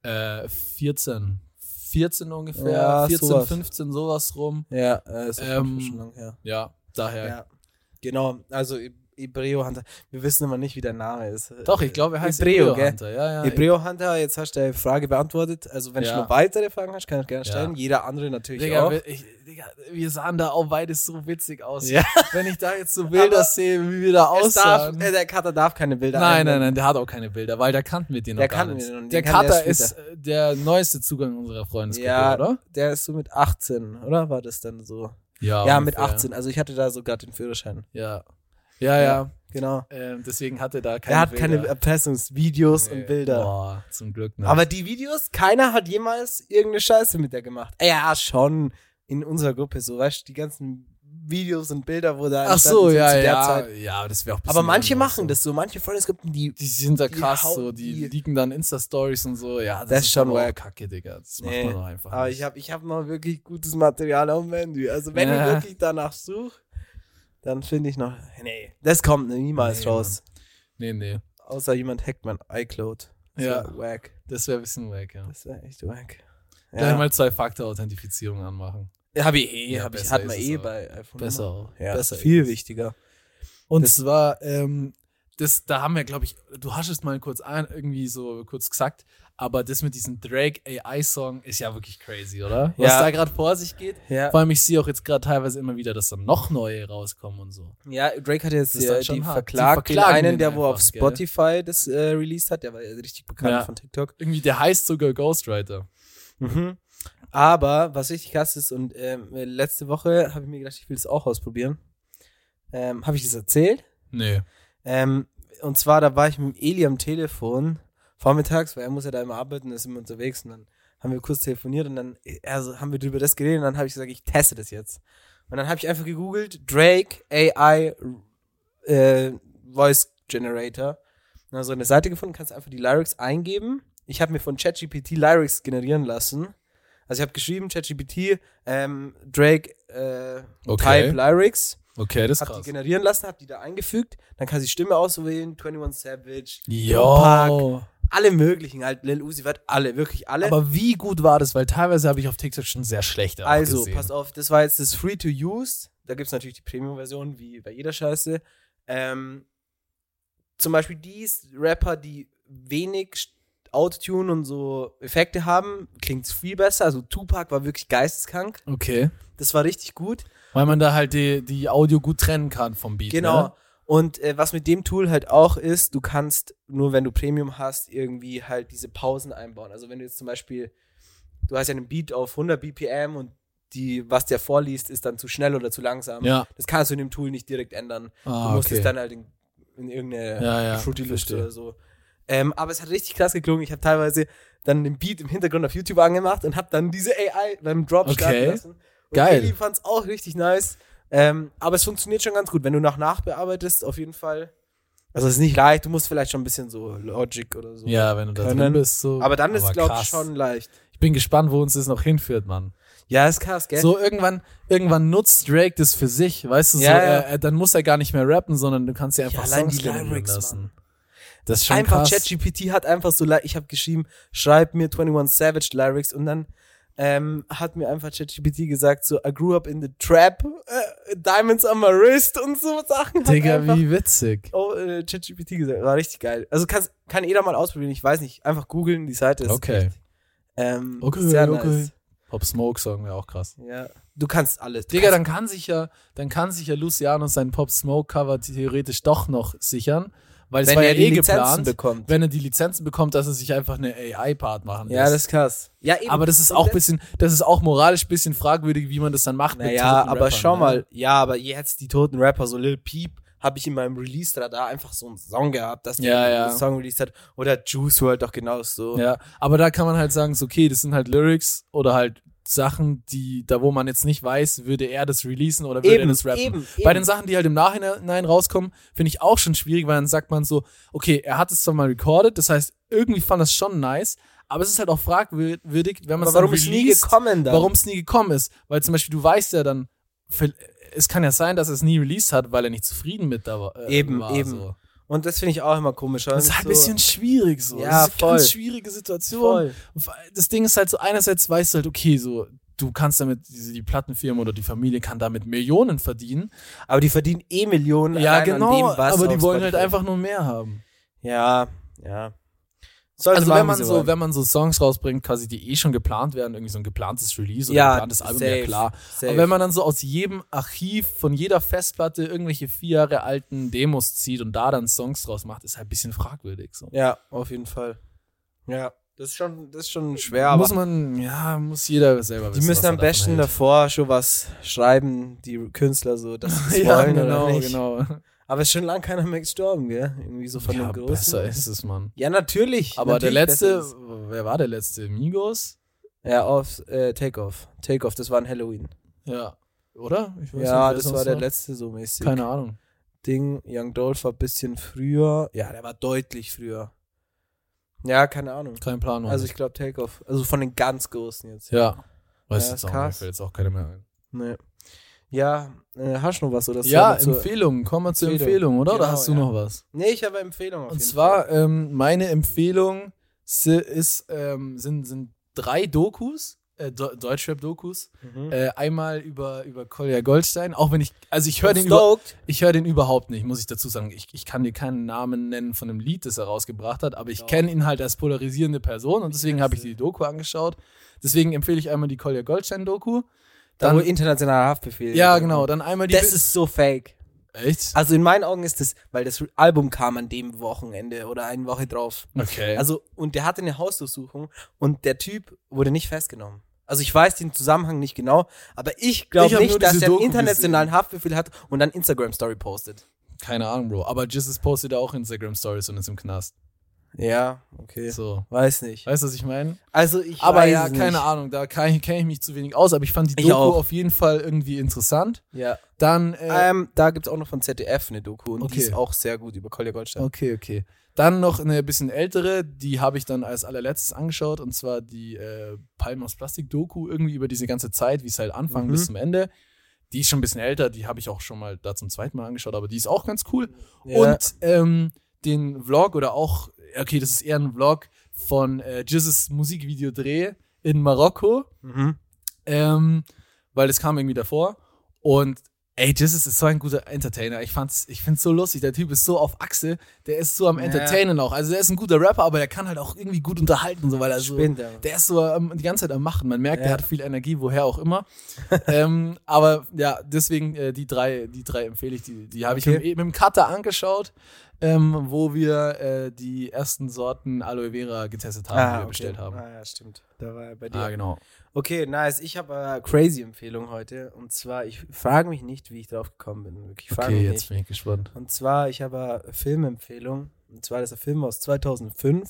14 ungefähr, Ja, 14, sowas. 15, sowas rum. Ja, ist auf jeden Fall Ähm, schon lang her. Ja, daher. Ja, genau. Also Ebreo Hunter. Wir wissen immer nicht, wie der Name ist. Doch, ich glaube, er heißt Ebreo, Ebreo gell? Hunter. Ja, Ebreo Hunter, jetzt hast du deine Frage beantwortet. Also wenn du Ja. noch weitere Fragen hast, kannst du gerne stellen. Ja. Jeder andere natürlich Digga, auch. Digga, wir sahen da auch beides so witzig aus. Ja. Wenn ich da jetzt so Bilder Aber sehe, wie wir da Es darf, aussahen. der Cutter darf keine Bilder Nein, einblenden. der hat auch keine Bilder, weil da kannten wir den noch Der gar kannten nicht. wir noch nicht, Der den kann der Cutter ist der neueste Zugang unserer Freundesgruppe, Ja, oder? der ist so mit 18, oder? War das dann so? Ja, mit ungefähr. 18. Also ich hatte da sogar den Führerschein. Ja. Genau. Deswegen hatte da keine Er hat Bilder. keine Erpressungsvideos Nee. und Bilder. Boah, zum Glück nicht. Aber die Videos, keiner hat jemals irgendeine Scheiße mit der gemacht. Ja, schon in unserer Gruppe so, weißt du, die ganzen Videos und Bilder, wo da ach so, zu ja, der ja, Zeit. ja, das wäre auch ein Aber bisschen manche anders, machen das so, manche Freundesgruppen, die sind da krass, hauen so, die liegen dann Insta-Stories und so, ja, das ist schon aber auch wack. Kacke, Digga, das macht man doch einfach aber nicht. ich hab noch wirklich gutes Material auf dem Handy. Also wenn ich wirklich danach suche, dann finde ich noch, nee, das kommt niemals raus. Mann. Nee. Außer jemand hackt mein iCloud. Das Ja. wär wack. Das wäre ein bisschen wack, ja. Das wäre echt wack. Gleich mal 2-Faktor-Authentifizierung anmachen. Hab ich eh, Ja, hat besser man ist es eh auch. bei iPhone. Besser auch. Ja, Besser viel ist es. wichtiger. Und zwar, da haben wir, glaube ich, du hast es mal kurz irgendwie so kurz gesagt, aber das mit diesem Drake AI-Song ist ja wirklich crazy, oder? Was Ja. da gerade vor sich geht. Ja. Vor allem, ich sehe auch jetzt gerade teilweise immer wieder, dass dann noch neue rauskommen und so. Ja, Drake hat jetzt Das ist dann schon die hart. verklagt, Die den verklagen einen, den der wo auf einfach, gell? Spotify das released hat, der war ja richtig bekannt Ja. von TikTok. Irgendwie, der heißt sogar Ghostwriter. Mhm. Aber, was richtig krass ist, und letzte Woche habe ich mir gedacht, ich will das auch ausprobieren. Habe ich das erzählt? Nee. Und zwar, da war ich mit dem Eli am Telefon, vormittags, weil er muss ja da immer arbeiten, ist immer unterwegs, und dann haben wir kurz telefoniert und dann haben wir über das geredet und dann habe ich gesagt, ich teste das jetzt. Und dann habe ich einfach gegoogelt, Drake AI Voice Generator. Und dann so eine Seite gefunden, kannst einfach die Lyrics eingeben. Ich habe mir von ChatGPT Lyrics generieren lassen. Also ich habe geschrieben, ChatGPT, Drake Okay. Type Lyrics. Okay, das ist Hab die krass. generieren lassen, hab die da eingefügt. Dann kann sie Stimme auswählen, 21 Savage, Jo. alle möglichen, halt Lil Uzi Vert, wirklich alle. Aber wie gut war das? Weil teilweise habe ich auf TikTok schon sehr schlechte auch also, gesehen. pass auf, das war jetzt das Free to Use. Da gibt's natürlich die Premium-Version, wie bei jeder Scheiße. Zum Beispiel die Rapper, die wenig Autotune und so Effekte haben, klingt's viel besser. Also Tupac war wirklich geisteskrank. Okay. Das war richtig gut. Weil man da halt die Audio gut trennen kann vom Beat. Genau. Ne? Und was mit dem Tool halt auch ist, du kannst nur, wenn du Premium hast, irgendwie halt diese Pausen einbauen. Also wenn du jetzt zum Beispiel, du hast ja einen Beat auf 100 BPM und was der vorliest, ist dann zu schnell oder zu langsam. Ja. Das kannst du in dem Tool nicht direkt ändern. Ah, Du musst okay. es dann halt in irgendeine Fruity Loops verstehe. oder so. Aber es hat richtig krass geklungen. Ich habe teilweise dann den Beat im Hintergrund auf YouTube angemacht und habe dann diese AI beim Drop starten lassen. Und Geil. Eli fand's auch richtig nice. Aber es funktioniert schon ganz gut. Wenn du nachbearbeitest, auf jeden Fall. Also es ist nicht leicht, du musst vielleicht schon ein bisschen so Logic oder so. Ja, wenn du da können. drin bist. So. Aber dann ist, glaube ich, krass. schon leicht. Ich bin gespannt, wo uns das noch hinführt, Mann. Ja, ist krass, gell? So irgendwann nutzt Drake das für sich, weißt du, so, Ja. dann muss er gar nicht mehr rappen, sondern du kannst dir einfach allein Songs die generieren Lyrics, lassen. Mann. Das ist schon Einfach krass. ChatGPT hat einfach so, ich habe geschrieben, schreib mir 21 Savage Lyrics und dann hat mir einfach ChatGPT gesagt, so, I grew up in the trap, Diamonds on my wrist und so Sachen. Digga, hat einfach, wie witzig. ChatGPT gesagt, war richtig geil. Also kann jeder mal ausprobieren, ich weiß nicht, einfach googeln, die Seite ist Okay. echt, sehr nice. Pop Smoke Song wäre auch krass. Ja, du kannst alles. Digga, dann kann sich ja Luciano sein Pop Smoke Cover theoretisch doch noch sichern, weil es wenn war ja er die eh Lizenzen geplant, bekommt. wenn er die Lizenzen bekommt, dass er sich einfach eine AI-Part machen lässt. Ja, das ist krass. Ja, eben. Aber das ist auch moralisch ein bisschen fragwürdig, wie man das dann macht. Naja, toten aber Rappern, schau ne? mal, aber jetzt die toten Rapper, so Lil Peep, habe ich in meinem Release-Radar einfach so einen Song gehabt, dass der einen Song released hat. Oder Juice WRLD doch genauso. Ja, aber da kann man halt sagen, so, okay, das sind halt Lyrics oder halt Sachen, wo man jetzt nicht weiß, würde er das releasen oder würde er das rappen. Eben. Bei den Sachen, die halt im Nachhinein rauskommen, finde ich auch schon schwierig, weil dann sagt man so, okay, er hat es zwar mal recorded, das heißt, irgendwie fand das schon nice, aber es ist halt auch fragwürdig, wenn man es dann warum ist nie released, gekommen dann? warum es nie gekommen ist. Weil zum Beispiel, du weißt ja dann, es kann ja sein, dass er es nie released hat, weil er nicht zufrieden mit da war. Eben. So. Und das finde ich auch immer komisch. Das ist halt ein bisschen schwierig so. Ja, das ist eine ganz voll. schwierige Situation. Voll. Das Ding ist halt so, einerseits weißt du halt, okay, so, du kannst damit, die Plattenfirma oder die Familie kann damit Millionen verdienen. Aber die verdienen Millionen Ja, allein genau, an dem, was aber die auf wollen halt Spotify- einfach nur mehr haben. Ja. Sollen Also sie machen, wie sie wollen. wenn man so Songs rausbringt, quasi die schon geplant werden, irgendwie so ein geplantes Release oder Ja, ein geplantes Album, ja klar. safe. Aber wenn man dann so aus jedem Archiv von jeder Festplatte irgendwelche 4 Jahre alten Demos zieht und da dann Songs draus macht, ist halt ein bisschen fragwürdig. So. Ja, auf jeden Fall. Ja, das ist schon schwer, aber muss jeder selber wissen. die müssen was am er davon besten hält. davor schon was schreiben, die Künstler so, dass sie es Ja, wollen oder nicht. genau. Aber es ist schon lange keiner mehr gestorben, gell? Irgendwie so von Ja, den Großen. besser ist es, Mann. Ja, natürlich. Aber der natürlich besser letzte, ist wer war der letzte? Migos? es. Ja, Take-Off. Take-Off, das war ein Halloween. Ja. oder? Ich weiß Ja, nicht, das war der letzte so mäßig. Keine Ahnung. Young Dolph war ein bisschen früher. Ja, der war deutlich früher. Ja, keine Ahnung. Kein Plan. Also ich glaube Takeoff. Also von den ganz Großen jetzt. Ja. Weiß Ja, jetzt auch krass. nicht, fällt jetzt auch keiner mehr ein. Nee. Ja, hast du noch was? Oder Ja, Empfehlungen. Kommen wir zur Empfehlung, oder? Genau, oder hast du noch was? Nee, ich habe Empfehlungen. Und zwar, meine Empfehlung sind 3 Dokus, Deutschrap-Dokus. Einmal über Kolja Goldstein, auch wenn ich höre den überhaupt nicht, muss ich dazu sagen. Ich kann dir keinen Namen nennen von einem Lied, das er rausgebracht hat, aber ich kenne ihn halt als polarisierende Person und deswegen habe ich die Doku angeschaut. Deswegen empfehle ich einmal die Kolja Goldstein-Doku. Dann internationaler Haftbefehl. Ja, genau. Dann einmal die. Das ist so fake. Echt? Also in meinen Augen ist das, weil das Album kam an dem Wochenende oder eine Woche drauf. Okay. Also, und der hatte eine Hausdurchsuchung und der Typ wurde nicht festgenommen. Also ich weiß den Zusammenhang nicht genau, aber ich glaube nicht, dass er einen internationalen Haftbefehl hat und dann Instagram-Story postet. Keine Ahnung, Bro. Aber Jesus postet auch Instagram-Stories und ist im Knast. Ja, okay. So. Weiß nicht. Weißt du, was ich meine? Also ich aber weiß ja, es nicht. keine Ahnung, da kenne ich mich zu wenig aus, aber ich fand die Doku auf jeden Fall irgendwie interessant. Ja. Dann, da gibt es auch noch von ZDF eine Doku und die ist auch sehr gut über Kolja Goldstein. Okay. Dann noch eine bisschen ältere, die habe ich dann als allerletztes angeschaut und zwar die Palmen aus Plastik-Doku irgendwie über diese ganze Zeit, wie es halt anfängt bis zum Ende. Die ist schon ein bisschen älter, die habe ich auch schon mal da zum zweiten Mal angeschaut, aber die ist auch ganz cool. Ja. Und den Vlog oder auch, okay, das ist eher ein Vlog von Jizzes Musikvideodreh in Marokko, weil das kam irgendwie davor und Jizzes ist so ein guter Entertainer. Ich find's so lustig. Der Typ ist so auf Achse. Der ist so am Entertainen auch. Also der ist ein guter Rapper, aber der kann halt auch irgendwie gut unterhalten, so, weil er so, der ist so die ganze Zeit am Machen. Man merkt, der hat viel Energie, woher auch immer. Aber ja, deswegen die drei empfehle ich. Die habe ich mit dem Cutter angeschaut, wo wir die ersten Sorten Aloe Vera getestet haben, die wir bestellt haben. Ah ja, stimmt. Da war er bei dir. Ah, genau. Okay, nice. Ich habe eine crazy Empfehlung heute. Und zwar, ich frage mich nicht, wie ich drauf gekommen bin. Wirklich, Jetzt bin ich gespannt. Und zwar, ich habe eine Filmempfehlung. Und zwar, das ist ein Film aus 2005.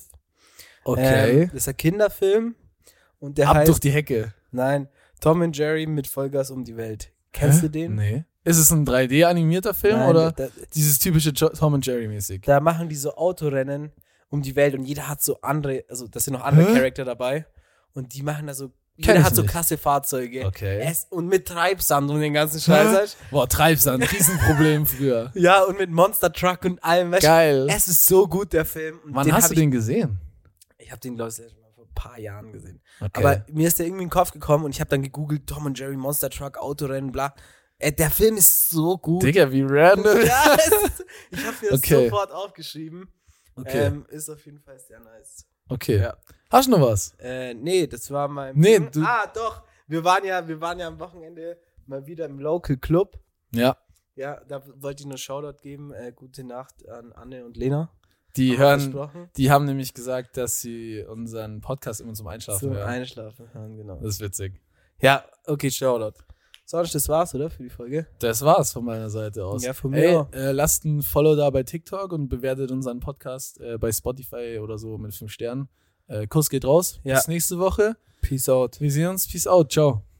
Okay. Das ist ein Kinderfilm. Und der Ab heißt... durch die Hecke. Nein, Tom and Jerry mit Vollgas um die Welt. Kennst du den? Nee. Ist es ein 3D-animierter Film oder dieses typische Tom and Jerry-mäßig? Da machen die so Autorennen um die Welt und jeder hat so andere, also das sind noch andere Charakter dabei und die machen da so, jeder hat so krasse Fahrzeuge. Okay. Und mit Treibsand und den ganzen Scheiß. Boah, Treibsand, Riesenproblem früher. Ja, und mit Monster Truck und allem. Geil. Es ist so gut, der Film. Und wann hast du den gesehen? Ich habe den, glaube ich, vor ein paar Jahren gesehen. Okay. Aber mir ist der irgendwie in den Kopf gekommen und ich habe dann gegoogelt, Tom und Jerry, Monster Truck, Autorennen, bla. Der Film ist so gut. Digga, wie random. Ja, ich habe mir das sofort aufgeschrieben. Okay. Ist auf jeden Fall sehr nice. Okay. Ja. Hast du noch was? Nee, das war mein... Doch. Wir waren ja am Wochenende mal wieder im Local Club. Ja. Ja, da wollte ich nur Shoutout geben. Gute Nacht an Anne und Lena. Die haben nämlich gesagt, dass sie unseren Podcast immer zum Einschlafen hören. Einschlafen hören, genau. Das ist witzig. Ja, okay, Shoutout. Sonst, das war's, oder? Für die Folge? Das war's von meiner Seite aus. Ja, von mir. Lasst ein Follow da bei TikTok und bewertet unseren Podcast bei Spotify oder so mit 5 Sternen. Kuss geht raus. Ja. Bis nächste Woche. Peace out. Wir sehen uns. Peace out. Ciao.